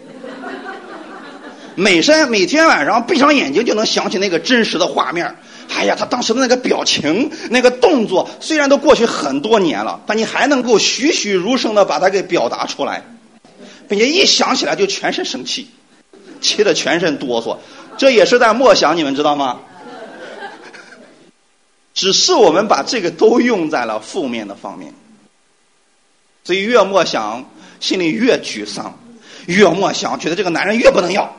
每天每天晚上闭上眼睛就能想起那个真实的画面。哎呀，他当时的那个表情、那个动作，虽然都过去很多年了，但你还能够栩栩如生的把它给表达出来，并且一想起来就全身生气，气得全身哆嗦。这也是在默想，你们知道吗？只是我们把这个都用在了负面的方面，所以越默想心里越沮丧，越默想觉得这个男人越不能要。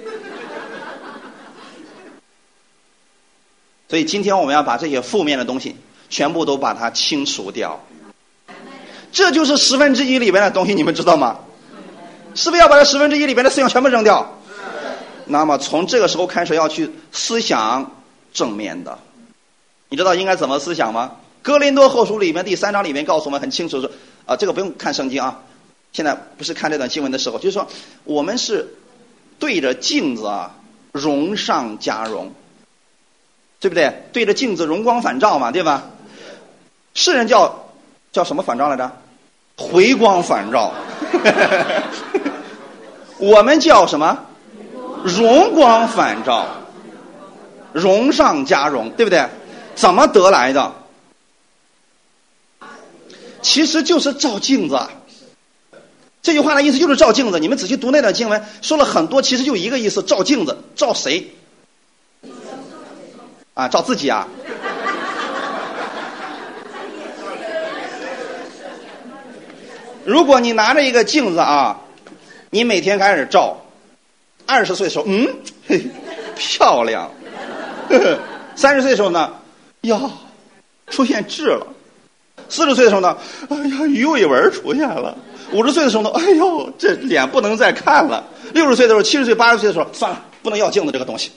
所以今天我们要把这些负面的东西全部都把它清除掉，这就是十分之一里边的东西，你们知道吗？是不是要把这十分之一里边的思想全部扔掉？那么从这个时候开始要去思想正面的。你知道应该怎么思想吗？哥林多后书里面第三章里面告诉我们很清楚说，啊，这个不用看圣经啊，现在不是看这段经文的时候，就是说我们是对着镜子啊，荣上加荣，对不对？对着镜子容光返照嘛，对吧？世人叫叫什么返照来着？回光返照。我们叫什么？容光返照，荣上加荣，对不对？怎么得来的？其实就是照镜子。这句话的意思就是照镜子。你们仔细读那段经文，说了很多，其实就一个意思，照镜子。照谁？啊，照自己啊。如果你拿着一个镜子啊，你每天开始照，二十岁的时候，嗯，嘿，漂亮。三十岁的时候呢，呀，出现痣了。四十岁的时候呢，哎呀，鱼尾纹出现了。五十岁的时候呢，哎呦，这脸不能再看了。六十岁的时候，七十岁、八十岁的时候，算了，不能要镜子这个东西。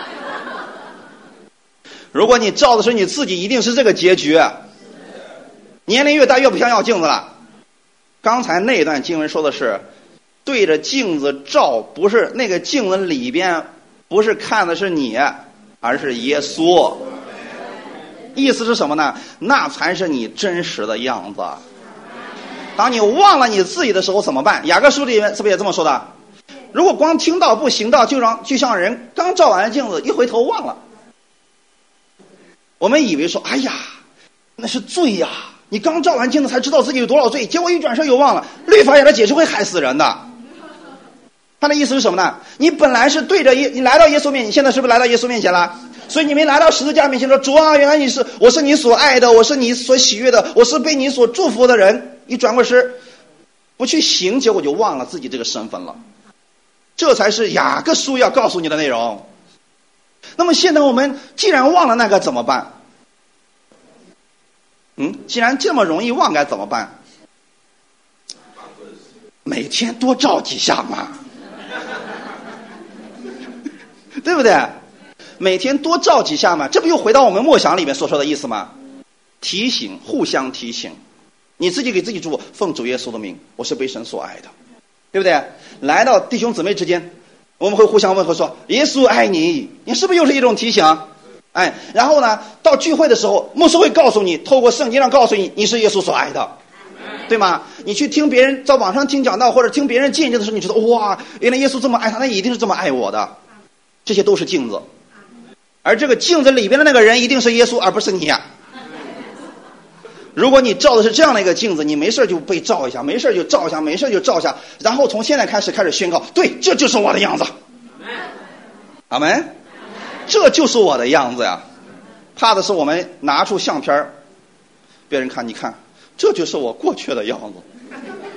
如果你照的是你自己，一定是这个结局。年龄越大越不想要镜子了。刚才那段经文说的是对着镜子照，不是那个镜子里边不是看的是你，而是耶稣。意思是什么呢？那才是你真实的样子。当你忘了你自己的时候怎么办？雅各书里面是不是也这么说的？如果光听到不行道，就让就像人刚照完镜子一回头忘了。我们以为说，哎呀，那是罪呀！你刚照完镜子才知道自己有多少罪，结果一转身又忘了。律法也的解释会害死人的。他的意思是什么呢？你本来是对着耶，你来到耶稣面前，你现在是不是来到耶稣面前了？所以你没来到十字架面前说，主啊，原来你是，我是你所爱的，我是你所喜悦的，我是被你所祝福的人。一转过身不去行，结果就忘了自己这个身份了。这才是雅各书要告诉你的内容。那么现在我们既然忘了，那该怎么办？嗯，既然这么容易忘，该怎么办？每天多照几下嘛。对不对？每天多照几下嘛，这不又回到我们默想里面所说的意思吗？提醒，互相提醒，你自己给自己祝，奉主耶稣的名，我是被神所爱的，对不对？来到弟兄姊妹之间，我们会互相问候说，耶稣爱你，你是不是又是一种提醒？哎，然后呢，到聚会的时候，牧师会告诉你，透过圣经上告诉你，你是耶稣所爱的，对吗？你去听别人在网上听讲道，或者听别人见证的时候，你知道，哇，原来耶稣这么爱他，那一定是这么爱我的。这些都是镜子。 而这个镜子里边的那个人一定是耶稣，而不是你呀、啊。如果你照的是这样的一个镜子，你没事就被照一下，没事就照一下，没事就照一下，然后从现在开始开始宣告，对，这就是我的样子。阿们，这就是我的样子呀。怕的是我们拿出相片，别人看，你看，这就是我过去的样子。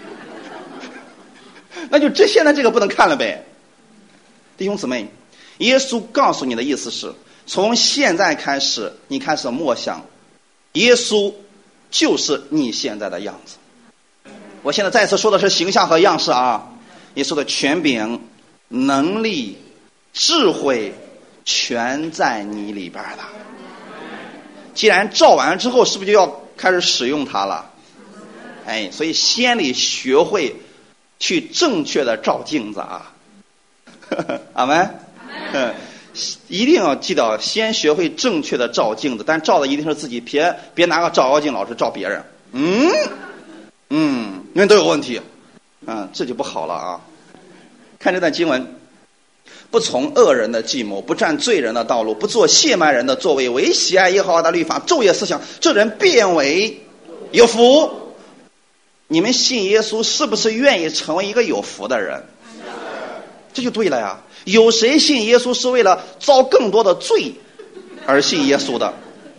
那就这现在这个不能看了呗。弟兄姊妹，耶稣告诉你的意思是，从现在开始，你开始默想，耶稣就是你现在的样子。我现在再次说的是形象和样式啊，耶稣的权柄、能力、智慧全在你里边了。既然照完之后，是不是就要开始使用它了？哎，所以先得学会去正确的照镜子啊。阿们，嗯，一定要记得先学会正确的照镜子，但照的一定是自己，别别拿个照妖镜老是照别人。嗯嗯，因为都有问题，嗯，这就不好了啊。看这段经文，不从恶人的计谋，不占罪人的道路，不做亵慢人的座位，唯喜爱耶和华的律法，昼夜思想，这人变为有福。你们信耶稣是不是愿意成为一个有福的人？这就对了呀。有谁信耶稣是为了遭更多的罪而信耶稣的？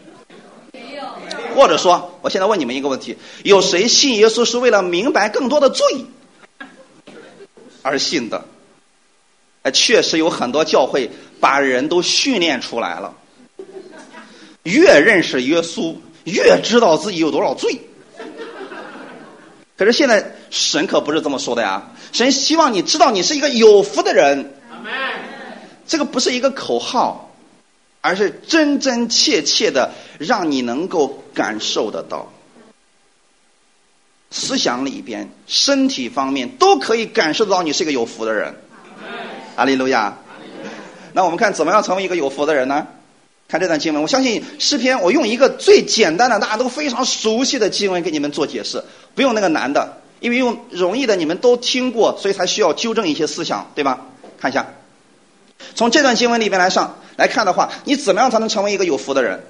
或者说，我现在问你们一个问题，有谁信耶稣是为了明白更多的罪而信的？哎，确实有很多教会把人都训练出来了，越认识耶稣越知道自己有多少罪。可是现在神可不是这么说的呀，神希望你知道你是一个有福的人。这个不是一个口号，而是真真切切的让你能够感受得到，思想里边身体方面都可以感受到你是一个有福的人。哈利路亚。那我们看怎么样成为一个有福的人呢？看这段经文，我相信诗篇，我用一个最简单的大家都非常熟悉的经文给你们做解释，不用那个难的，因为用容易的你们都听过，所以才需要纠正一些思想，对吧？看一下，从这段经文里边来上来看的话，你怎么样才能成为一个有福的人？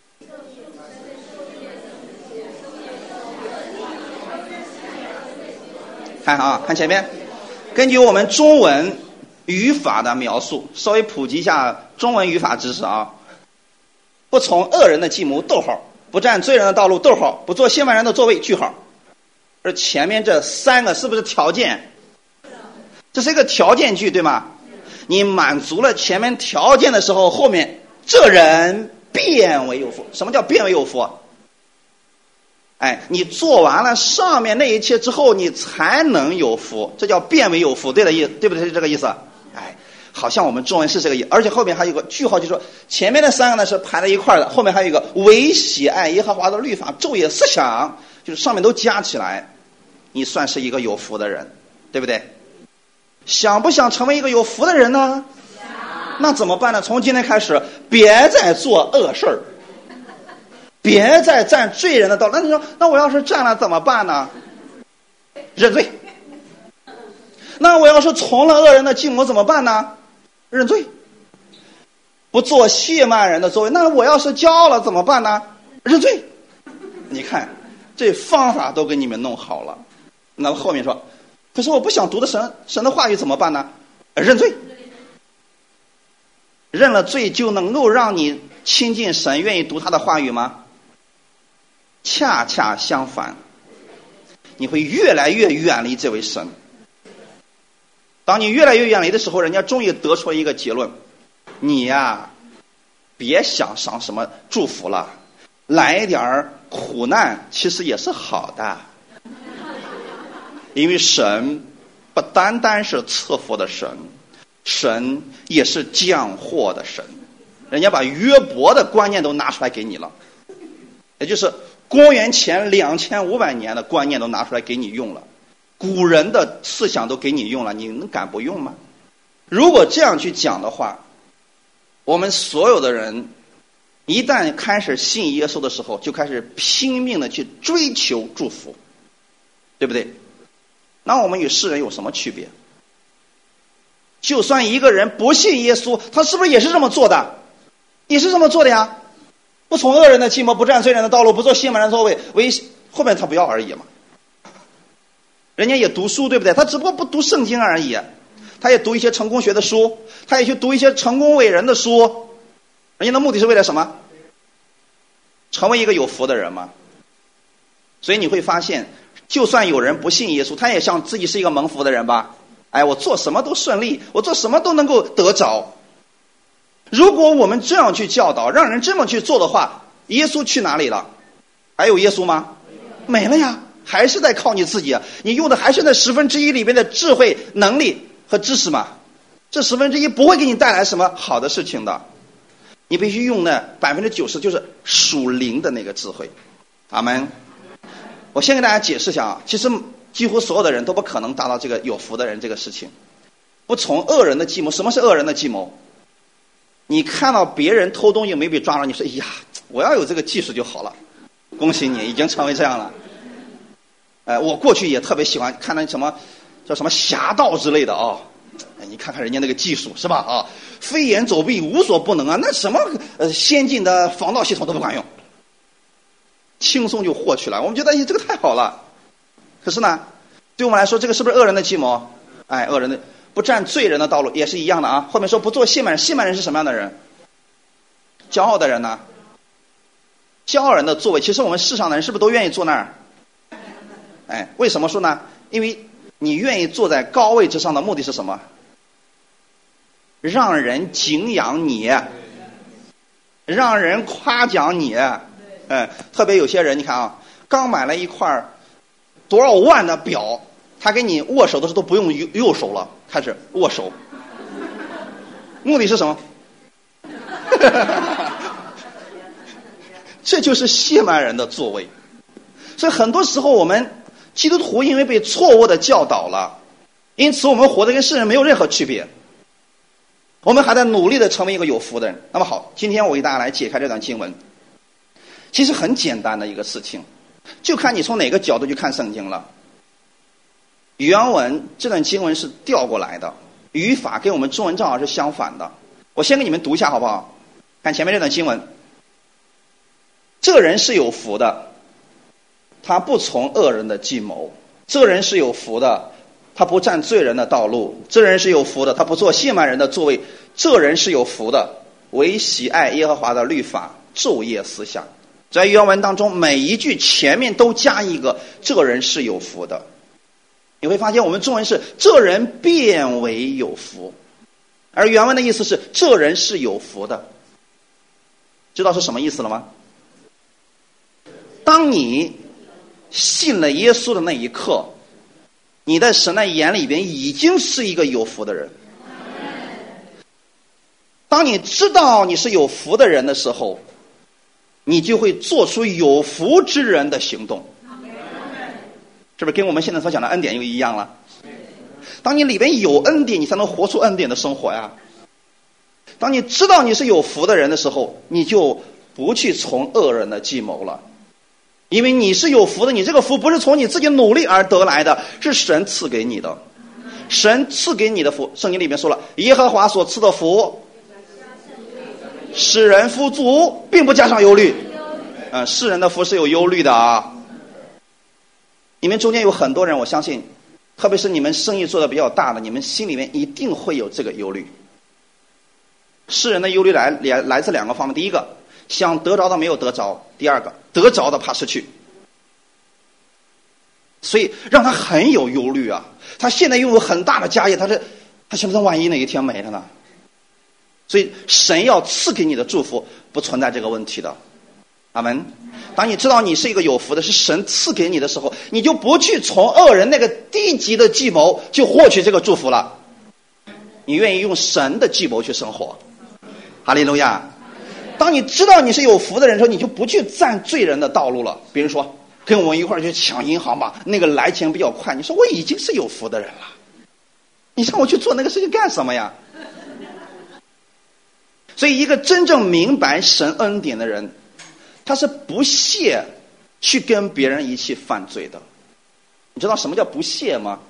看啊，看前面，根据我们中文语法的描述，稍微普及一下中文语法知识啊。不从恶人的计谋，逗号，不占罪人的道路，逗号，不做亵慢人的座位，句号。而前面这三个是不是条件？这是一个条件句，对吗？你满足了前面条件的时候，后面这人变为有福。什么叫变为有福？哎，你做完了上面那一切之后，你才能有福，这叫变为有福，对的意，对不对？是这个意思。哎，好像我们中文是这个意，而且后面还有个句号，就是说前面的三个呢是排在一块的，后面还有一个唯喜爱耶和华的律法，昼夜思想，就是上面都加起来，你算是一个有福的人，对不对？想不想成为一个有福的人呢？那怎么办呢？从今天开始，别再做恶事儿，别再占罪人的道。那你说，那我要是占了怎么办呢？认罪。那我要是从了恶人的计谋怎么办呢？认罪。不做亵慢人的作为，那我要是骄傲了怎么办呢？认罪。你看，这方法都给你们弄好了。那后面说，可是我不想读的神神的话语怎么办呢？认罪。认了罪就能够让你亲近神，愿意读他的话语吗？恰恰相反，你会越来越远离这位神。当你越来越远离的时候，人家终于得出了一个结论，你呀别想上什么祝福了，来点苦难其实也是好的。因为神不单单是赐福的神，神也是降祸的神。人家把约伯的观念都拿出来给你了，也就是公元前两千五百年的观念都拿出来给你用了，古人的思想都给你用了，你能敢不用吗？如果这样去讲的话，我们所有的人一旦开始信耶稣的时候，就开始拼命的去追求祝福，对不对？那我们与世人有什么区别？就算一个人不信耶稣，他是不是也是这么做的？ 你是这么做的呀，不从恶人的计谋，不占罪人的道路，不做亵慢人的座位，为后面他不要而已嘛。人家也读书，对不对？他只不过不读圣经而已，他也读一些成功学的书，他也去读一些成功伟人的书，人家的目的是为了什么？成为一个有福的人嘛。所以你会发现，就算有人不信耶稣，他也像自己是一个蒙福的人吧。哎，我做什么都顺利，我做什么都能够得着。如果我们这样去教导，让人这么去做的话，耶稣去哪里了？还有耶稣吗？没了呀，还是在靠你自己啊。你用的还是那十分之一里面的智慧、能力和知识嘛。这十分之一不会给你带来什么好的事情的。你必须用那百分之九十，就是属灵的那个智慧。阿们。我先给大家解释一下啊，其实几乎所有的人都不可能达到这个有福的人这个事情。不从恶人的计谋，什么是恶人的计谋？你看到别人偷东西没被抓了，你说哎呀，我要有这个技术就好了。恭喜你，已经成为这样了。呃，我过去也特别喜欢看那什么叫什么侠盗之类的啊、哦，你看看人家那个技术是吧？啊，飞檐走壁无所不能啊，那什么呃先进的防盗系统都不管用，轻松就获取了。我们觉得哎，这个太好了。可是呢，对我们来说，这个是不是恶人的计谋？哎，恶人的不占罪人的道路也是一样的啊。后面说不做亵慢人，亵慢人是什么样的人？骄傲的人呢？骄傲人的座位，其实我们世上的人是不是都愿意坐那儿？哎，为什么说呢？因为你愿意坐在高位之上的目的是什么？让人敬仰你，让人夸奖你。哎，特别有些人，你看啊，刚买了一块多少万的表，他给你握手的时候都不用右右手了，开始握手，目的是什么？这就是亵慢人的座位。所以很多时候我们基督徒因为被错误的教导了，因此我们活得跟世人没有任何区别，我们还在努力的成为一个有福的人。那么好，今天我给大家来解开这段经文，其实很简单的一个事情，就看你从哪个角度去看圣经了。原文这段经文是调过来的，语法跟我们中文正好是相反的。我先给你们读一下好不好？看前面这段经文，这人是有福的，他不从恶人的计谋；这人是有福的，他不占罪人的道路；这人是有福的，他不做亵慢人的座位；这人是有福的，唯喜爱耶和华的律法，昼夜思想。在原文当中，每一句前面都加一个这人是有福的。你会发现我们中文是这人变为有福，而原文的意思是这人是有福的。知道是什么意思了吗？当你信了耶稣的那一刻，你在神的眼里边已经是一个有福的人。当你知道你是有福的人的时候，你就会做出有福之人的行动。是不是跟我们现在所讲的恩典又一样了？当你里边有恩典，你才能活出恩典的生活呀。当你知道你是有福的人的时候，你就不去从恶人的计谋了，因为你是有福的。你这个福不是从你自己努力而得来的，是神赐给你的。神赐给你的福，圣经里面说了，耶和华所赐的福使人富足，并不加上忧虑。嗯，世人的福是有忧虑的啊。你们中间有很多人，我相信特别是你们生意做得比较大的，你们心里面一定会有这个忧虑。世人的忧虑来来来自两个方面，第一个想得着的没有得着，第二个得着的怕失去，所以让他很有忧虑啊。他现在拥有很大的家业，他是他想着万一哪一天没了呢？所以神要赐给你的祝福不存在这个问题的。阿们。当你知道你是一个有福的，是神赐给你的时候，你就不去从恶人那个低级的计谋去获取这个祝福了，你愿意用神的计谋去生活。哈利路亚。当你知道你是有福的人的时候，你就不去占罪人的道路了。比如说跟我一块儿去抢银行吧，那个来钱比较快，你说我已经是有福的人了，你让我去做那个事情干什么呀？所以一个真正明白神恩典的人，他是不屑去跟别人一起犯罪的。你知道什么叫不屑吗？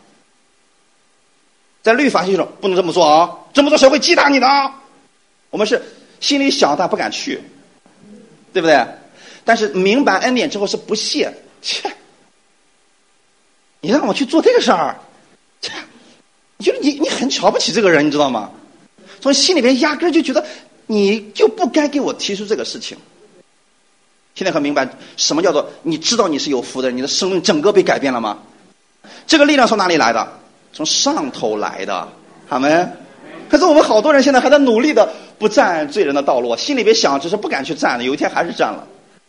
在律法系统不能这么做啊，这么做谁会击打你的？我们是心里想但不敢去，对不对？但是明白恩典之后是不屑，切，你让我去做这个事儿，切，你觉得你你很瞧不起这个人，你知道吗？从心里边压根就觉得你就不该给我提出这个事情。现在很明白什么叫做你知道你是有福的人，你的生命整个被改变了吗？这个力量从哪里来的？从上头来的，阿们。可是我们好多人现在还在努力的不占罪人的道路，心里边想只是不敢去占了，有一天还是占了。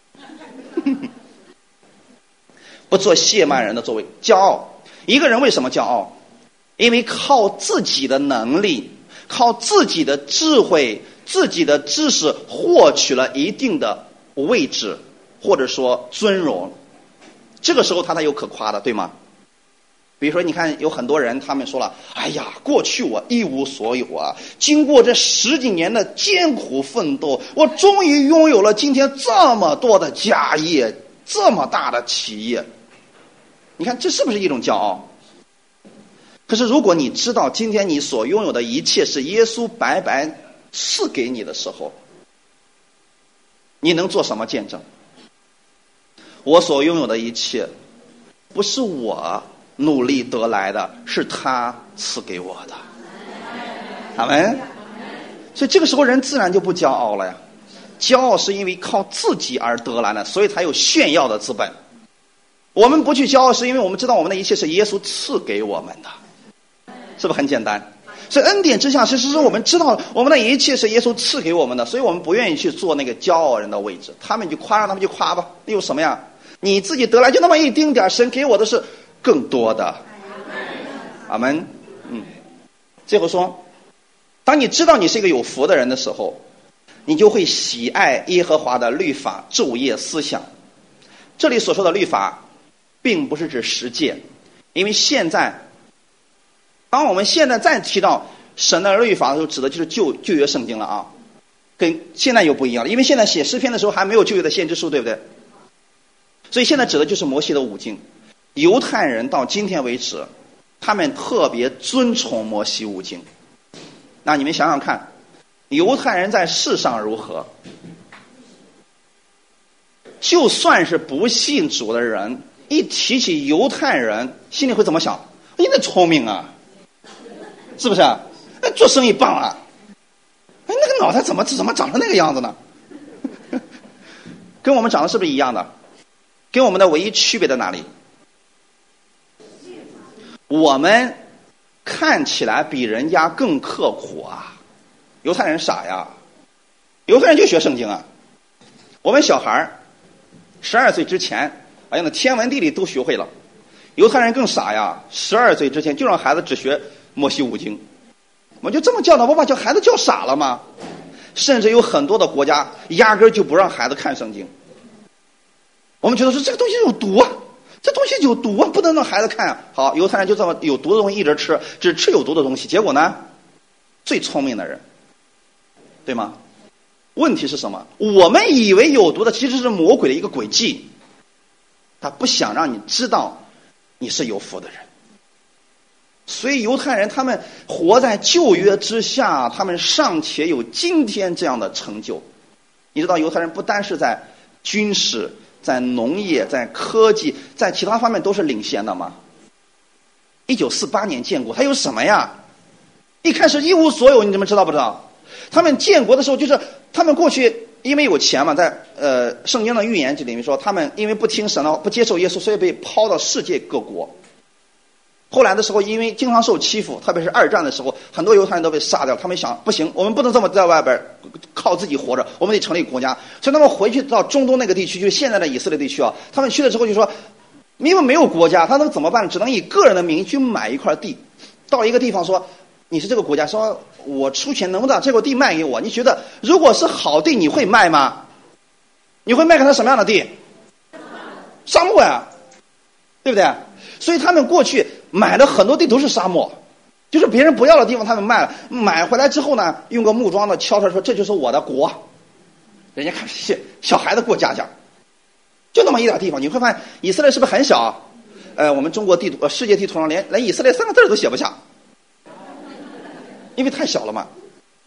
不做亵慢人的作为，骄傲。一个人为什么骄傲？因为靠自己的能力，靠自己的智慧，自己的知识获取了一定的位置，或者说尊荣，这个时候他才有可夸的，对吗？比如说你看有很多人他们说了，哎呀，过去我一无所有啊，经过这十几年的艰苦奋斗，我终于拥有了今天这么多的家业，这么大的企业。你看这是不是一种骄傲？可是如果你知道今天你所拥有的一切是耶稣白白赐给你的时候，你能做什么见证？我所拥有的一切不是我努力得来的，是他赐给我的。阿们。所以这个时候人自然就不骄傲了呀。骄傲是因为靠自己而得来的，所以才有炫耀的资本。我们不去骄傲是因为我们知道我们的一切是耶稣赐给我们的，是不是很简单？所以恩典之下，其实是我们知道我们的一切是耶稣赐给我们的，所以我们不愿意去做那个骄傲人的位置。他们就夸，让他们去夸吧，那有什么呀？你自己得来就那么一丁点，神给我的是更多的。阿们。嗯。最后说，当你知道你是一个有福的人的时候，你就会喜爱耶和华的律法，昼夜思想。这里所说的律法并不是指十诫，因为现在当我们现在再提到神的律法的时候，指的就是旧旧约圣经了啊，跟现在又不一样了，因为现在写诗篇的时候还没有旧约的先知书，对不对？所以现在指的就是摩西的五经。犹太人到今天为止，他们特别尊崇摩西五经。那你们想想看，犹太人在世上如何？就算是不信主的人，一提起犹太人，心里会怎么想？你那聪明啊，是不是？哎，做生意棒啊！哎，那个脑袋怎么怎么长成那个样子呢？跟我们长得是不是一样的？跟我们的唯一区别在哪里？我们看起来比人家更刻苦啊！犹太人傻呀，犹太人就学圣经啊。我们小孩十二岁之前，哎呀，那天文地理都学会了。犹太人更傻呀，十二岁之前就让孩子只学摩西五经。我们就这么教导，不把叫孩子教傻了吗？甚至有很多的国家压根就不让孩子看圣经。我们觉得说这个东西有毒啊，这东西有毒啊，不能让孩子看啊。好，犹太人就这么有毒的东西一直吃，只吃有毒的东西。结果呢，最聪明的人，对吗？问题是什么？我们以为有毒的其实是魔鬼的一个诡计，他不想让你知道你是有福的人。所以犹太人他们活在旧约之下，他们尚且有今天这样的成就。你知道犹太人不单是在军事，在农业，在科技，在其他方面都是领先的吗？一九四八年建国，他有什么呀？一开始一无所有，你们知道不知道？他们建国的时候，就是他们过去因为有钱嘛，在呃圣经的预言这里面说，他们因为不听神了，不接受耶稣，所以被抛到世界各国。后来的时候，因为经常受欺负，特别是二战的时候，很多犹太人都被杀掉。他们想，不行，我们不能这么在外边靠自己活着，我们得成立国家。所以他们回去到中东那个地区，就是现在的以色列地区啊。他们去了之后就说，因为没有国家，他能怎么办？只能以个人的名义去买一块地，到一个地方说，你是这个国家，说我出钱能不能把这块地卖给我？你觉得如果是好地，你会卖吗？你会卖给他什么样的地？沙漠呀，对不对？所以他们过去买的很多地都是沙漠，就是别人不要的地方他们卖了，买回来之后呢，用个木桩子敲出来说这就是我的国。人家看小小孩子过家家，就那么一点地方，你会发现以色列是不是很小？呃，我们中国地图、呃、世界地图上连连以色列三个字都写不下，因为太小了嘛。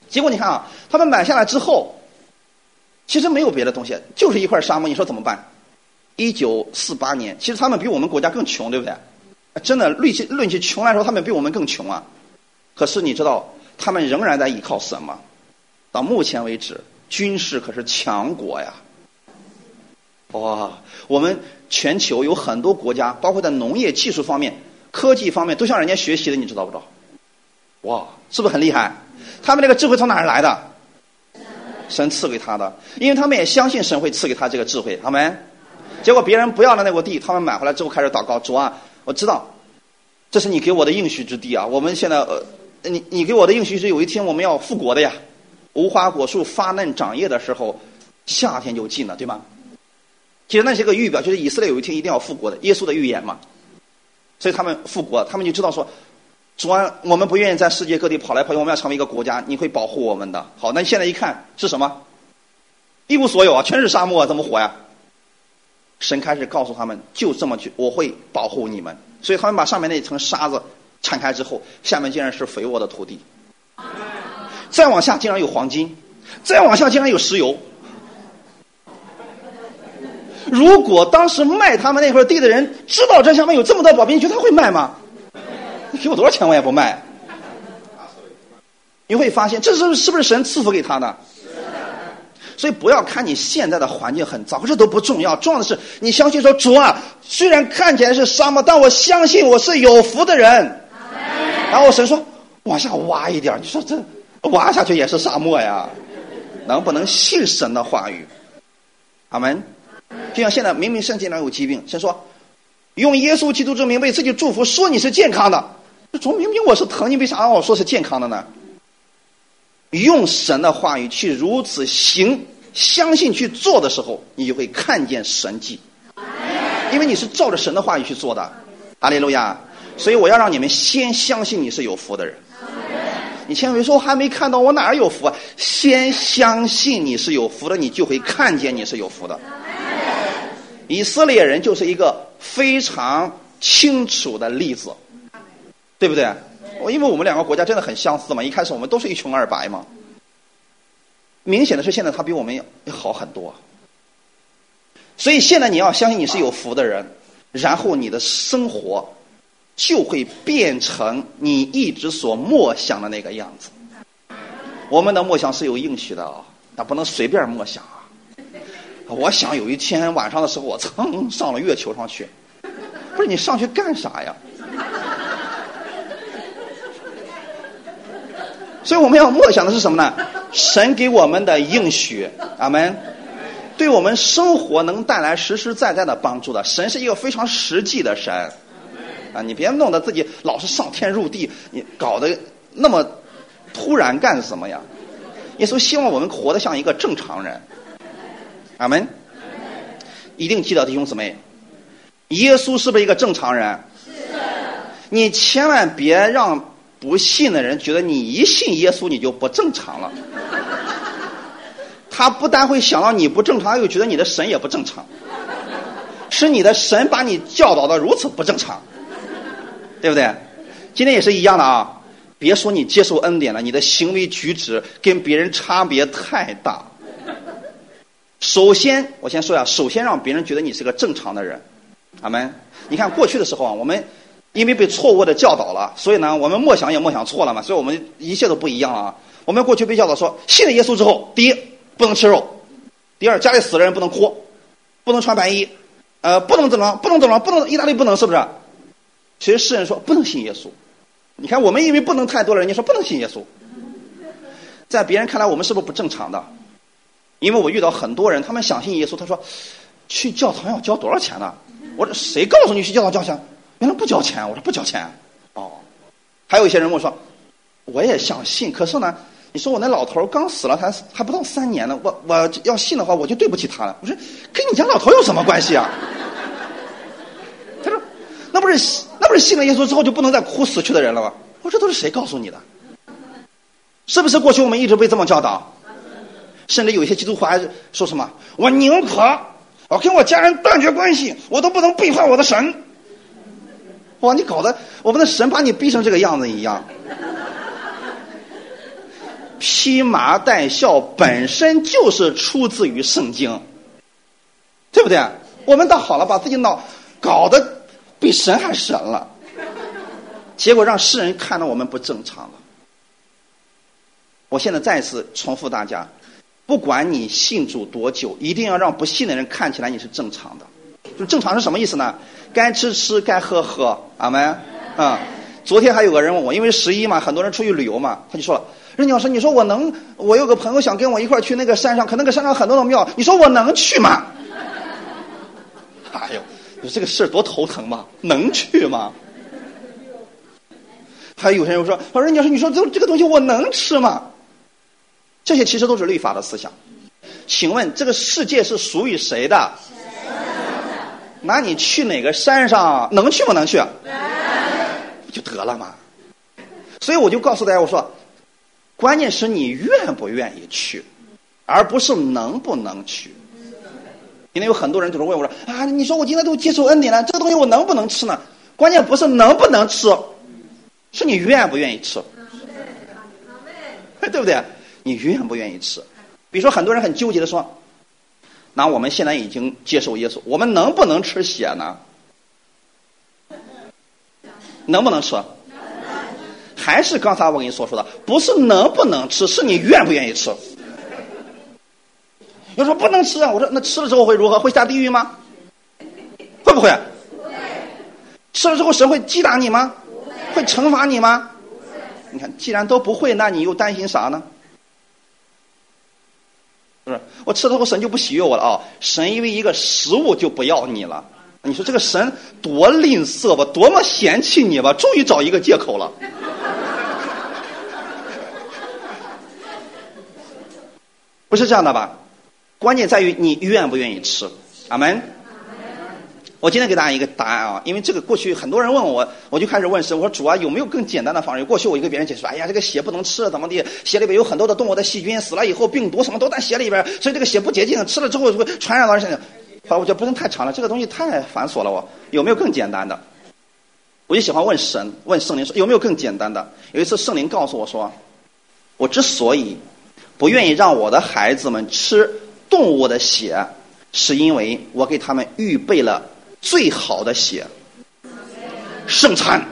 结果你看啊，他们买下来之后，其实没有别的东西，就是一块沙漠，你说怎么办？一九四八年，其实他们比我们国家更穷，对不对？真的论起论起穷来说，他们比我们更穷啊。可是你知道，他们仍然在依靠什么？到目前为止，军事可是强国呀。哇，我们全球有很多国家，包括在农业技术方面、科技方面，都向人家学习的，你知道不知道？哇，是不是很厉害？他们这个智慧从哪儿来的？神赐给他的，因为他们也相信神会赐给他这个智慧，阿们。结果别人不要的那块地，他们买回来之后开始祷告，主啊，我知道这是你给我的应许之地啊，我们现在呃，你你给我的应许是有一天我们要复国的呀。无花果树发嫩长叶的时候，夏天就近了，对吗？其实那是个预表，就是以色列有一天一定要复国的，耶稣的预言嘛。所以他们复国，他们就知道说，主啊，我们不愿意在世界各地跑来跑去，我们要成为一个国家，你会保护我们的。好，那现在一看是什么？一无所有啊，全是沙漠啊，怎么活呀？神开始告诉他们，就这么去，我会保护你们。所以他们把上面那一层沙子铲开之后，下面竟然是肥沃的土地。再往下竟然有黄金，再往下竟然有石油。如果当时卖他们那块地的人知道这下面有这么多宝贝，你觉得他会卖吗？你给我多少钱我也不卖。你会发现这是是不是神赐福给他的？所以不要看你现在的环境很糟，这都不重要，重要的是你相信说，主啊，虽然看起来是沙漠，但我相信我是有福的人。然后神说往下挖一点，你说这挖下去也是沙漠呀，能不能信神的话语？阿们。就像现在明明身体上有疾病，神说用耶稣基督之名为自己祝福，说你是健康的。这明明我是疼，你为啥让我说是健康的呢？用神的话语去如此行，相信去做的时候，你就会看见神迹，因为你是照着神的话语去做的。哈利路亚！所以我要让你们先相信你是有福的人。你千万别说我还没看到，我哪儿有福啊？先相信你是有福的，你就会看见你是有福的。以色列人就是一个非常清楚的例子，对不对？因为我们两个国家真的很相似嘛，一开始我们都是一穷二白嘛。明显的是现在他比我们要好很多，所以现在你要相信你是有福的人，然后你的生活就会变成你一直所默想的那个样子。我们的默想是有应许的啊，那不能随便默想啊。我想有一天晚上的时候，我噌上了月球上去。不是你上去干啥呀？所以我们要默想的是什么呢？神给我们的应许，阿们，对我们生活能带来实实在在的帮助的。神是一个非常实际的神啊！你别弄得自己老是上天入地，你搞得那么突然干什么呀？耶稣希望我们活得像一个正常人。阿们，一定记得弟兄姊妹，耶稣是不是一个正常人？是的。你千万别让不信的人觉得你一信耶稣你就不正常了。他不但会想到你不正常，又觉得你的神也不正常，是你的神把你教导的如此不正常，对不对？今天也是一样的啊！别说你接受恩典了，你的行为举止跟别人差别太大。首先我先说呀，首先让别人觉得你是个正常的人。阿们。你看过去的时候啊，我们因为被错误的教导了，所以呢我们默想也默想错了嘛，所以我们一切都不一样啊。我们过去被教导说，信了耶稣之后，第一不能吃肉，第二家里死了人不能哭，不能穿白衣，呃不能怎么不能怎么不能意大利不能，是不是？其实世人说不能信耶稣。你看我们因为不能太多了，人家说不能信耶稣，在别人看来我们是不是不正常的？因为我遇到很多人，他们想信耶稣，他说去教堂要交多少钱呢？我说谁告诉你去教堂交钱？原来不交钱。我说不交钱。哦，还有一些人跟我说，我也想信，可是呢，你说我那老头刚死了，还还不到三年呢，我我要信的话，我就对不起他了。我说跟你家老头有什么关系啊？他说那不是那不是信了耶稣之后就不能再哭死去的人了吗？我说这都是谁告诉你的？是不是过去我们一直被这么教导？甚至有一些基督徒还说什么，我宁可我跟我家人断绝关系，我都不能背叛我的神。哇，你搞得我们的神把你逼成这个样子一样。 披麻戴孝本身就是出自于圣经，对不对？我们倒好了，把自己脑搞得比神还神了，结果让世人看到我们不正常了。我现在再次重复大家，不管你信主多久，一定要让不信的人看起来你是正常的。就正常是什么意思呢？该吃吃，该喝喝，阿门。啊、嗯，昨天还有个人问我，因为十一嘛，很多人出去旅游嘛，他就说了，任老师，你说我能，我有个朋友想跟我一块儿去那个山上，可那个山上很多的庙，你说我能去吗？哎呦，你这个事儿多头疼嘛，能去吗？还有有些人说，老师，你要是你说这这个东西我能吃吗？这些其实都是律法的思想。请问这个世界是属于谁的？那你去哪个山上能去不能去？不就得了吗？所以我就告诉大家，我说关键是你愿不愿意去，而不是能不能去。因为有很多人就是问我说啊，你说我今天都接受恩典了，这个东西我能不能吃呢？关键不是能不能吃，是你愿不愿意吃，对不对？你愿不愿意吃？比如说很多人很纠结的说，那我们现在已经接受耶稣，我们能不能吃血呢？能不能吃？还是刚才我跟你所说的，不是能不能吃，是你愿不愿意吃。有人说不能吃啊，我说那吃了之后会如何？会下地狱吗？会不会？吃了之后神会击打你吗？会惩罚你吗？你看，既然都不会，那你又担心啥呢？是不是？我吃了之后神就不喜悦我了啊、哦？神因为一个食物就不要你了，你说这个神多吝啬吧，多么嫌弃你吧，终于找一个借口了。不是这样的吧？关键在于你愿不愿意吃。阿门。我今天给大家一个答案啊，因为这个过去很多人问我，我就开始问神，我说主啊，有没有更简单的方式？过去我就跟别人解释，哎呀，这个血不能吃，怎么的？血里边有很多的动物的细菌，死了以后病毒什么都在血里边，所以这个血不洁净，吃了之后会传染到人身上。后来我觉得不能太长了，这个东西太繁琐了，我有没有更简单的？我就喜欢问神，问圣灵说有没有更简单的？有一次圣灵告诉我说，我之所以不愿意让我的孩子们吃动物的血，是因为我给他们预备了最好的血，圣餐。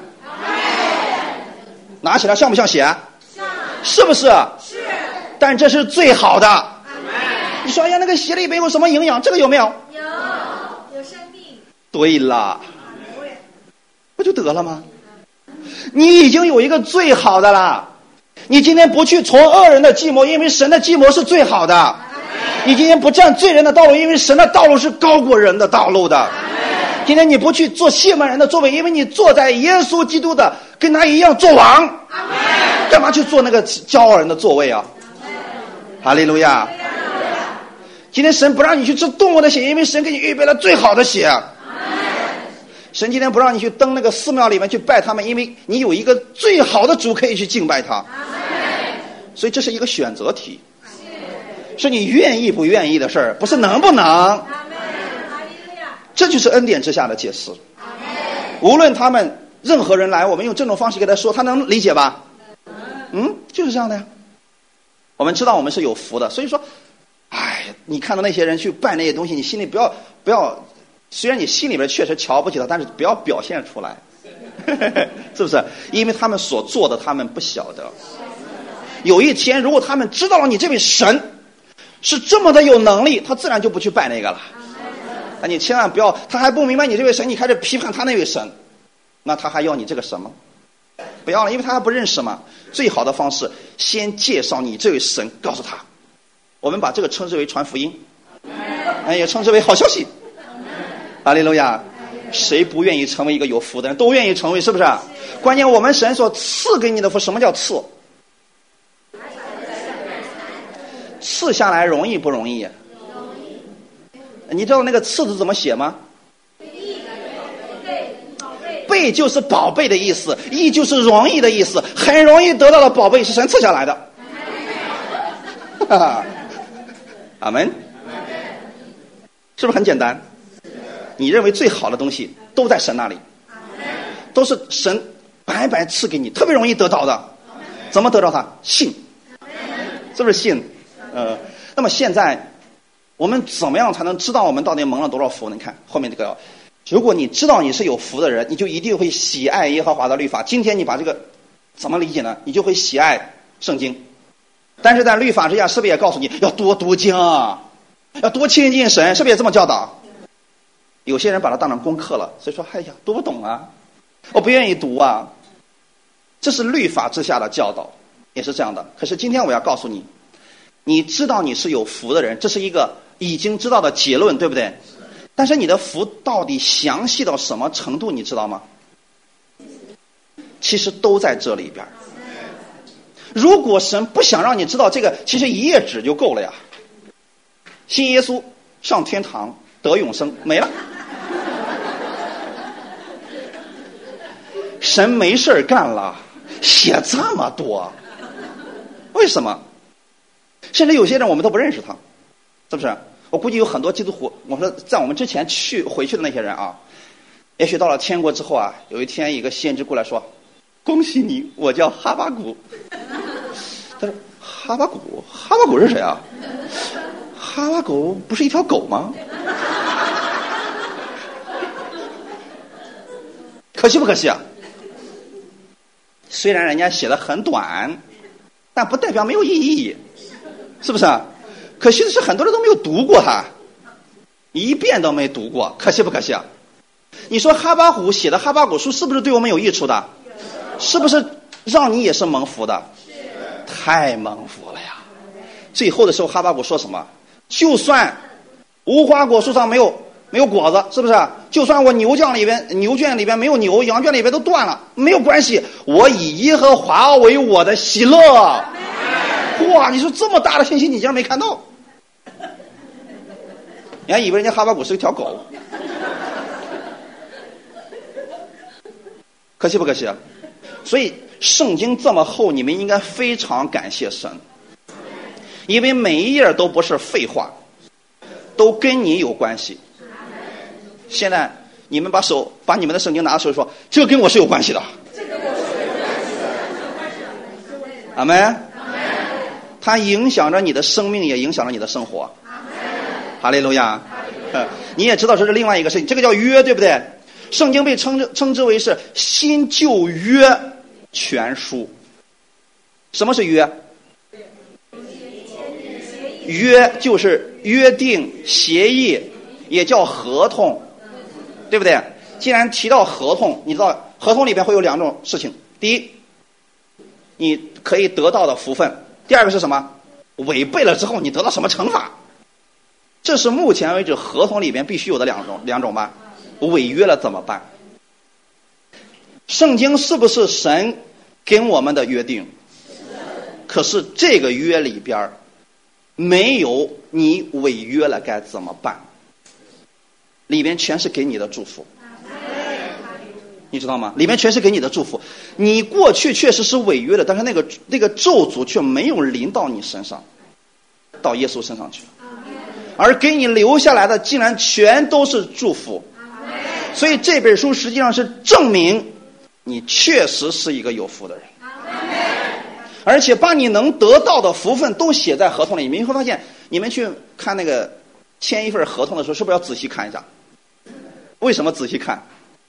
拿起来像不像血？是不是？是。但这是最好的。你说哎呀，那个血里边有什么营养？这个有没有？有，有生命。对了，不就得了吗？你已经有一个最好的了。你今天不去从恶人的计谋，因为神的计谋是最好的。你今天不站罪人的道路，因为神的道路是高过人的道路的。今天你不去做亵慢人的座位，因为你坐在耶稣基督的跟他一样做王。干嘛去做那个骄傲人的座位啊？哈利路亚。今天神不让你去吃动物的血，因为神给你预备了最好的血。神今天不让你去登那个寺庙里面去拜他们，因为你有一个最好的主可以去敬拜他。所以这是一个选择题，是你愿意不愿意的事儿，不是能不能。这就是恩典之下的解释。无论他们任何人来，我们用这种方式给他说，他能理解吧？嗯，就是这样的呀。我们知道我们是有福的，所以说，哎，你看到那些人去拜那些东西，你心里不要不要，虽然你心里边确实瞧不起他，但是不要表现出来，是不是？因为他们所做的，他们不晓得。有一天，如果他们知道了你这位神是这么的有能力，他自然就不去拜那个了。那你千万不要，他还不明白你这位神，你开始批判他那位神，那他还要你这个什么？不要了，因为他还不认识嘛。最好的方式，先介绍你这位神，告诉他。我们把这个称之为传福音，哎，也称之为好消息。哈利路亚！谁不愿意成为一个有福的人？都愿意成为，是不是？关键我们神所赐给你的福，什么叫赐？赐下来容易不容易？你知道那个赐字怎么写吗？贝就是宝贝的意思，易就是容易的意思，很容易得到的宝贝是神赐下来的。阿门。是不是很简单？你认为最好的东西都在神那里，都是神白白赐给你，特别容易得到的。怎么得到它？信。 是不是信？呃，那么现在我们怎么样才能知道我们到底蒙了多少福呢？你看后面这个，如果你知道你是有福的人，你就一定会喜爱耶和华的律法。今天你把这个怎么理解呢？你就会喜爱圣经。但是在律法之下，是不是也告诉你要多读经啊，要多亲近神？是不是也这么教导？有些人把它当成功课了，所以说哎呀读不懂啊，我不愿意读啊。这是律法之下的教导，也是这样的。可是今天我要告诉你，你知道你是有福的人，这是一个已经知道的结论，对不对？但是你的福到底详细到什么程度，你知道吗？其实都在这里边。如果神不想让你知道这个，其实一页纸就够了呀。信耶稣上天堂得永生，没了。神没事干了，写这么多，为什么？甚至有些人我们都不认识他，是不是？我估计有很多基督徒，我说在我们之前去回去的那些人啊，也许到了天国之后啊，有一天一个先知过来说：“恭喜你，我叫哈巴谷。”他说：“哈巴谷，哈巴谷是谁啊？哈巴谷不是一条狗吗？”可惜不可惜啊？虽然人家写的很短，但不代表没有意义，是不是啊？可惜的是很多人都没有读过它，一遍都没读过，可惜不可惜啊？你说哈巴谷写的哈巴谷书是不是对我们有益处的？是不是让你也是蒙福的？太蒙福了呀！最后的时候哈巴谷说什么？就算无花果树上没有没有果子，是不是？就算我牛圈里边牛圈里边没有牛，羊圈里边都断了，没有关系，我以耶和华为我的喜乐。哇，你说这么大的信息你竟然没看到，你还以为人家哈巴谷是一条狗，可惜不可惜啊？所以圣经这么厚，你们应该非常感谢神，因为每一页都不是废话，都跟你有关系。现在你们把手把你们的圣经拿到手说，这跟我是有关系的。阿们。它影响着你的生命，也影响着你的生活。哈利路亚。你也知道这是另外一个事情，这个叫约，对不对？圣经被称之称之为是新旧约全书。什么是约？约就是约定、协议，也叫合同，对不对？既然提到合同，你知道合同里边会有两种事情。第一，你可以得到的福分；第二个是什么？违背了之后你得到什么惩罚？这是目前为止合同里边必须有的两种两种吧。违约了怎么办？圣经是不是神跟我们的约定？可是这个约里边没有你违约了该怎么办？里边全是给你的祝福，你知道吗？里面全是给你的祝福。你过去确实是违约了，但是那个那个咒诅却没有临到你身上，到耶稣身上去，而给你留下来的竟然全都是祝福。所以这本书实际上是证明你确实是一个有福的人，而且把你能得到的福分都写在合同里面。你会发现，你们去看那个签一份合同的时候，是不是要仔细看一下？为什么仔细看？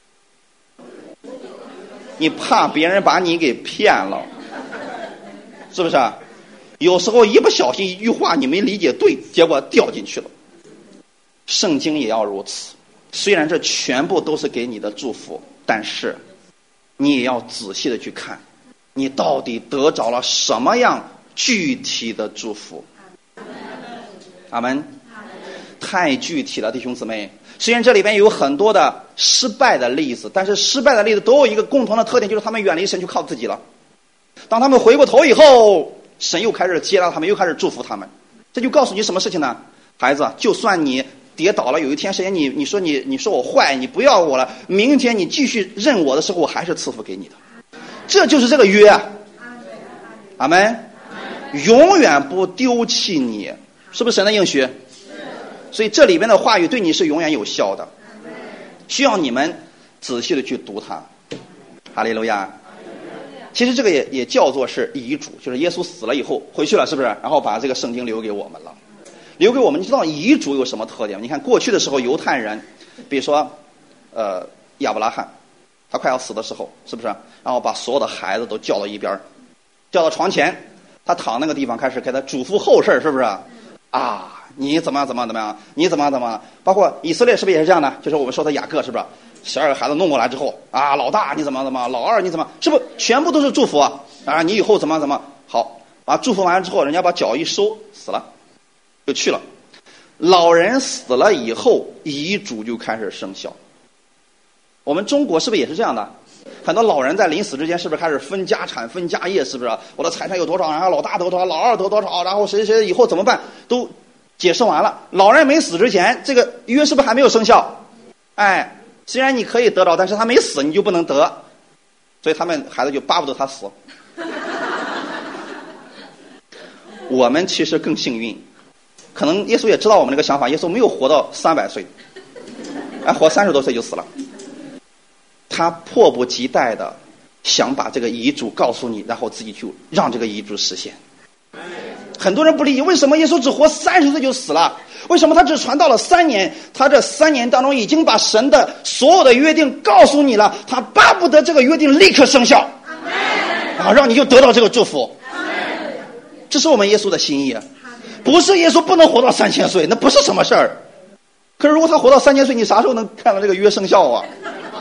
你怕别人把你给骗了，是不是啊？有时候一不小心一句话你没理解对，结果掉进去了。圣经也要如此，虽然这全部都是给你的祝福，但是你也要仔细的去看，你到底得着了什么样具体的祝福。阿们。太具体了，弟兄姊妹。虽然这里边有很多的失败的例子，但是失败的例子都有一个共同的特点，就是他们远离神，去靠自己了。当他们回过头以后，神又开始接纳他们，又开始祝福他们。这就告诉你什么事情呢？孩子，就算你跌倒了，有一天谁你你说你你说我坏，你不要我了，明天你继续认我的时候，我还是赐福给你的。这就是这个约啊。阿们。永远不丢弃你，是不是神的应许？所以这里边的话语对你是永远有效的，需要你们仔细的去读它。哈利路亚。 其实这个也也叫做是遗嘱，就是耶稣死了以后回去了，是不是？然后把这个圣经留给我们了，留给我们。你知道遗嘱有什么特点？你看过去的时候，犹太人，比如说，呃，亚伯拉罕，他快要死的时候，是不是？然后把所有的孩子都叫到一边，叫到床前，他躺那个地方开始给他嘱咐后事，是不是？啊，你怎么样怎么样怎么样？你怎么样怎么样？包括以色列是不是也是这样的？就是我们说的雅各，是不是？十二个孩子弄过来之后，啊，老大你怎么怎么，老二你怎么，是不是全部都是祝福啊？啊，你以后怎么怎么好？啊，祝福完了之后，人家把脚一收，死了，就去了。老人死了以后，遗嘱就开始生效。我们中国是不是也是这样的？很多老人在临死之前，是不是开始分家产、分家业？是不是？我的财产有多少？然后老大得多少，老二得多少？然后谁谁以后怎么办？都解释完了。老人没死之前，这个约是不是还没有生效？哎。虽然你可以得到，但是他没死，你就不能得，所以他们孩子就巴不得他死。我们其实更幸运，可能耶稣也知道我们这个想法，耶稣没有活到三百岁，哎，活三十多岁就死了。他迫不及待的想把这个遗嘱告诉你，然后自己去让这个遗嘱实现。很多人不理解，为什么耶稣只活三十岁就死了？为什么他只传道了三年？他这三年当中已经把神的所有的约定告诉你了，他巴不得这个约定立刻生效，啊，让你就得到这个祝福。这是我们耶稣的心意，不是耶稣不能活到三千岁，那不是什么事儿。可是如果他活到三千岁，你啥时候能看到这个约生效啊？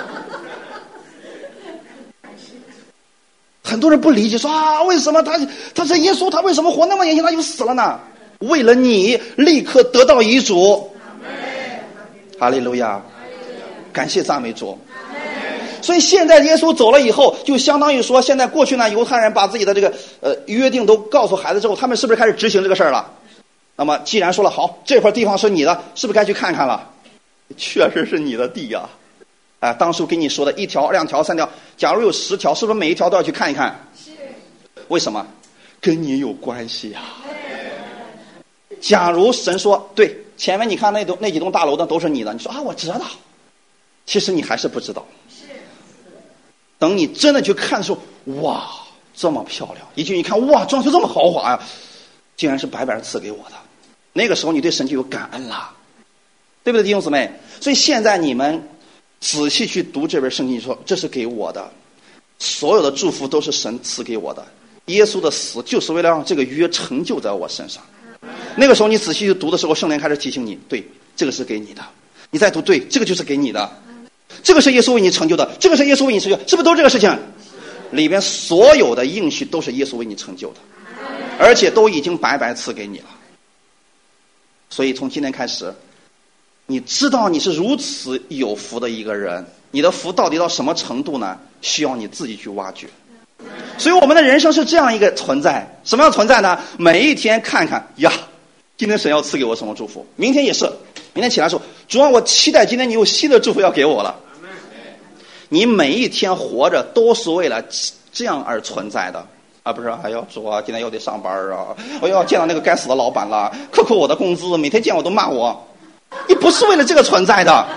很多人不理解，说啊，为什么他他是耶稣，他为什么活那么年轻他就死了呢？为了你立刻得到遗嘱。哈利路亚，感谢赞美主。所以现在耶稣走了以后，就相当于说，现在过去呢，犹太人把自己的这个呃约定都告诉孩子之后，他们是不是开始执行这个事儿了？那么既然说了好，这块地方是你的，是不是该去看看了？确实是你的地呀、啊。哎、呃，当初跟你说的一条、两条、三条，假如有十条，是不是每一条都要去看一看？是。为什么？跟你有关系呀、啊。假如神说，对，前面你看那栋那几栋大楼的都是你的，你说啊，我知道，其实你还是不知道。是。等你真的去看的时候，哇，这么漂亮！一进去一看，哇，装修这么豪华呀、啊，竟然是白白赐给我的。那个时候你对神就有感恩了，对不对，弟兄姊妹？所以现在你们仔细去读这本圣经，说这是给我的，所有的祝福都是神赐给我的。耶稣的死就是为了让这个约成就在我身上。那个时候你仔细去读的时候，圣灵开始提醒你，对，这个是给你的。你再读，对，这个就是给你的，这个是耶稣为你成就的，这个是耶稣为你成就，是不是都是这个事情？里边所有的应许都是耶稣为你成就的，而且都已经白白赐给你了。所以从今天开始，你知道你是如此有福的一个人，你的福到底到什么程度呢？需要你自己去挖掘。所以我们的人生是这样一个存在，什么样的存在呢？每一天看看呀，今天神要赐给我什么祝福，明天也是，明天起来说，主啊，我期待今天你有新的祝福要给我了。你每一天活着都是为了这样而存在的，而不是哎呦主啊，今天又得上班啊，我要见到那个该死的老板了，克扣我的工资，每天见我都骂我。你不是为了这个存在的，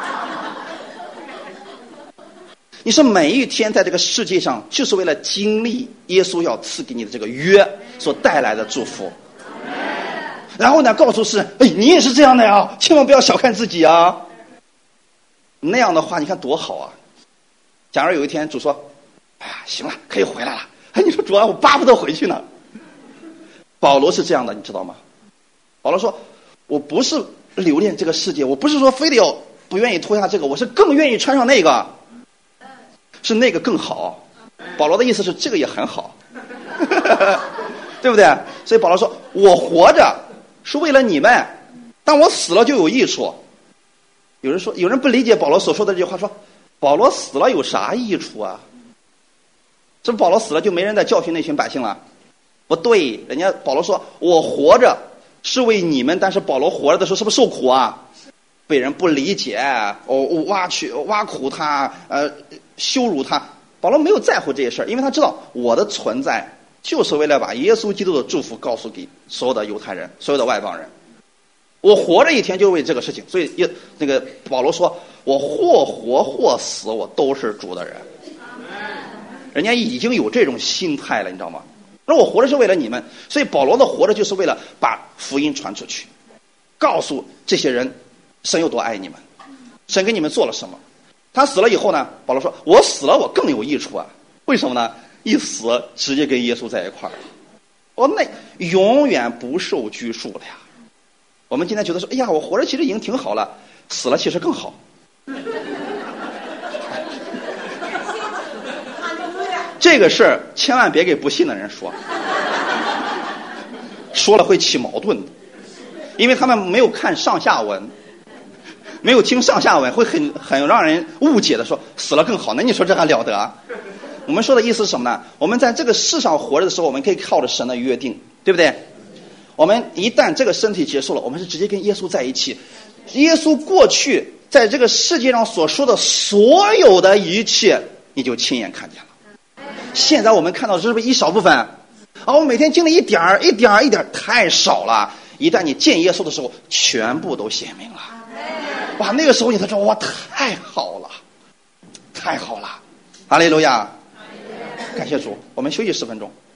你是每一天在这个世界上就是为了经历耶稣要赐给你的这个约所带来的祝福。然后呢，告诉世人，哎，你也是这样的呀，千万不要小看自己啊。那样的话，你看多好啊！假如有一天主说，哎呀，行了，可以回来了。哎，你说主啊，我巴不得回去呢。保罗是这样的，你知道吗？保罗说，我不是留恋这个世界，我不是说非得要不愿意脱下这个，我是更愿意穿上那个，是那个更好。保罗的意思是这个也很好，对不对？所以保罗说，我活着是为了你们，但我死了就有益处。有人说，有人不理解保罗所说的这句话，说保罗死了有啥益处啊？是不是保罗死了就没人再教训那群百姓了？不对，人家保罗说我活着是为你们，但是保罗活着的时候是不是受苦啊？被人不理解，哦，挖去挖苦他，呃，羞辱他。保罗没有在乎这些事儿，因为他知道我的存在就是为了把耶稣基督的祝福告诉给所有的犹太人，所有的外邦人。我活着一天就是为这个事情，所以也那个保罗说，我或活或死，我都是主的人。 人家已经有这种心态了，你知道吗？说我活着是为了你们，所以保罗的活着就是为了把福音传出去，告诉这些人神有多爱你们，神给你们做了什么。他死了以后呢，保罗说我死了我更有益处啊，为什么呢？一死直接跟耶稣在一块儿，我那永远不受拘束了呀。我们今天觉得说，哎呀，我活着其实已经挺好了，死了其实更好。这个事儿千万别给不信的人说，说了会起矛盾的，因为他们没有看上下文，没有听上下文，会很很让人误解的说死了更好。那你说这还了得啊？我们说的意思是什么呢？我们在这个世上活着的时候，我们可以靠着神的约定，对不对？我们一旦这个身体结束了，我们是直接跟耶稣在一起。耶稣过去在这个世界上所说的所有的一切，你就亲眼看见了。现在我们看到的是不是一少部分？啊，我每天经历一点儿一点儿一点儿，太少了。一旦你见耶稣的时候，全部都显明了。哇，那个时候你才说哇，太好了，太好了，哈利路亚！感谢主，我们休息十分钟。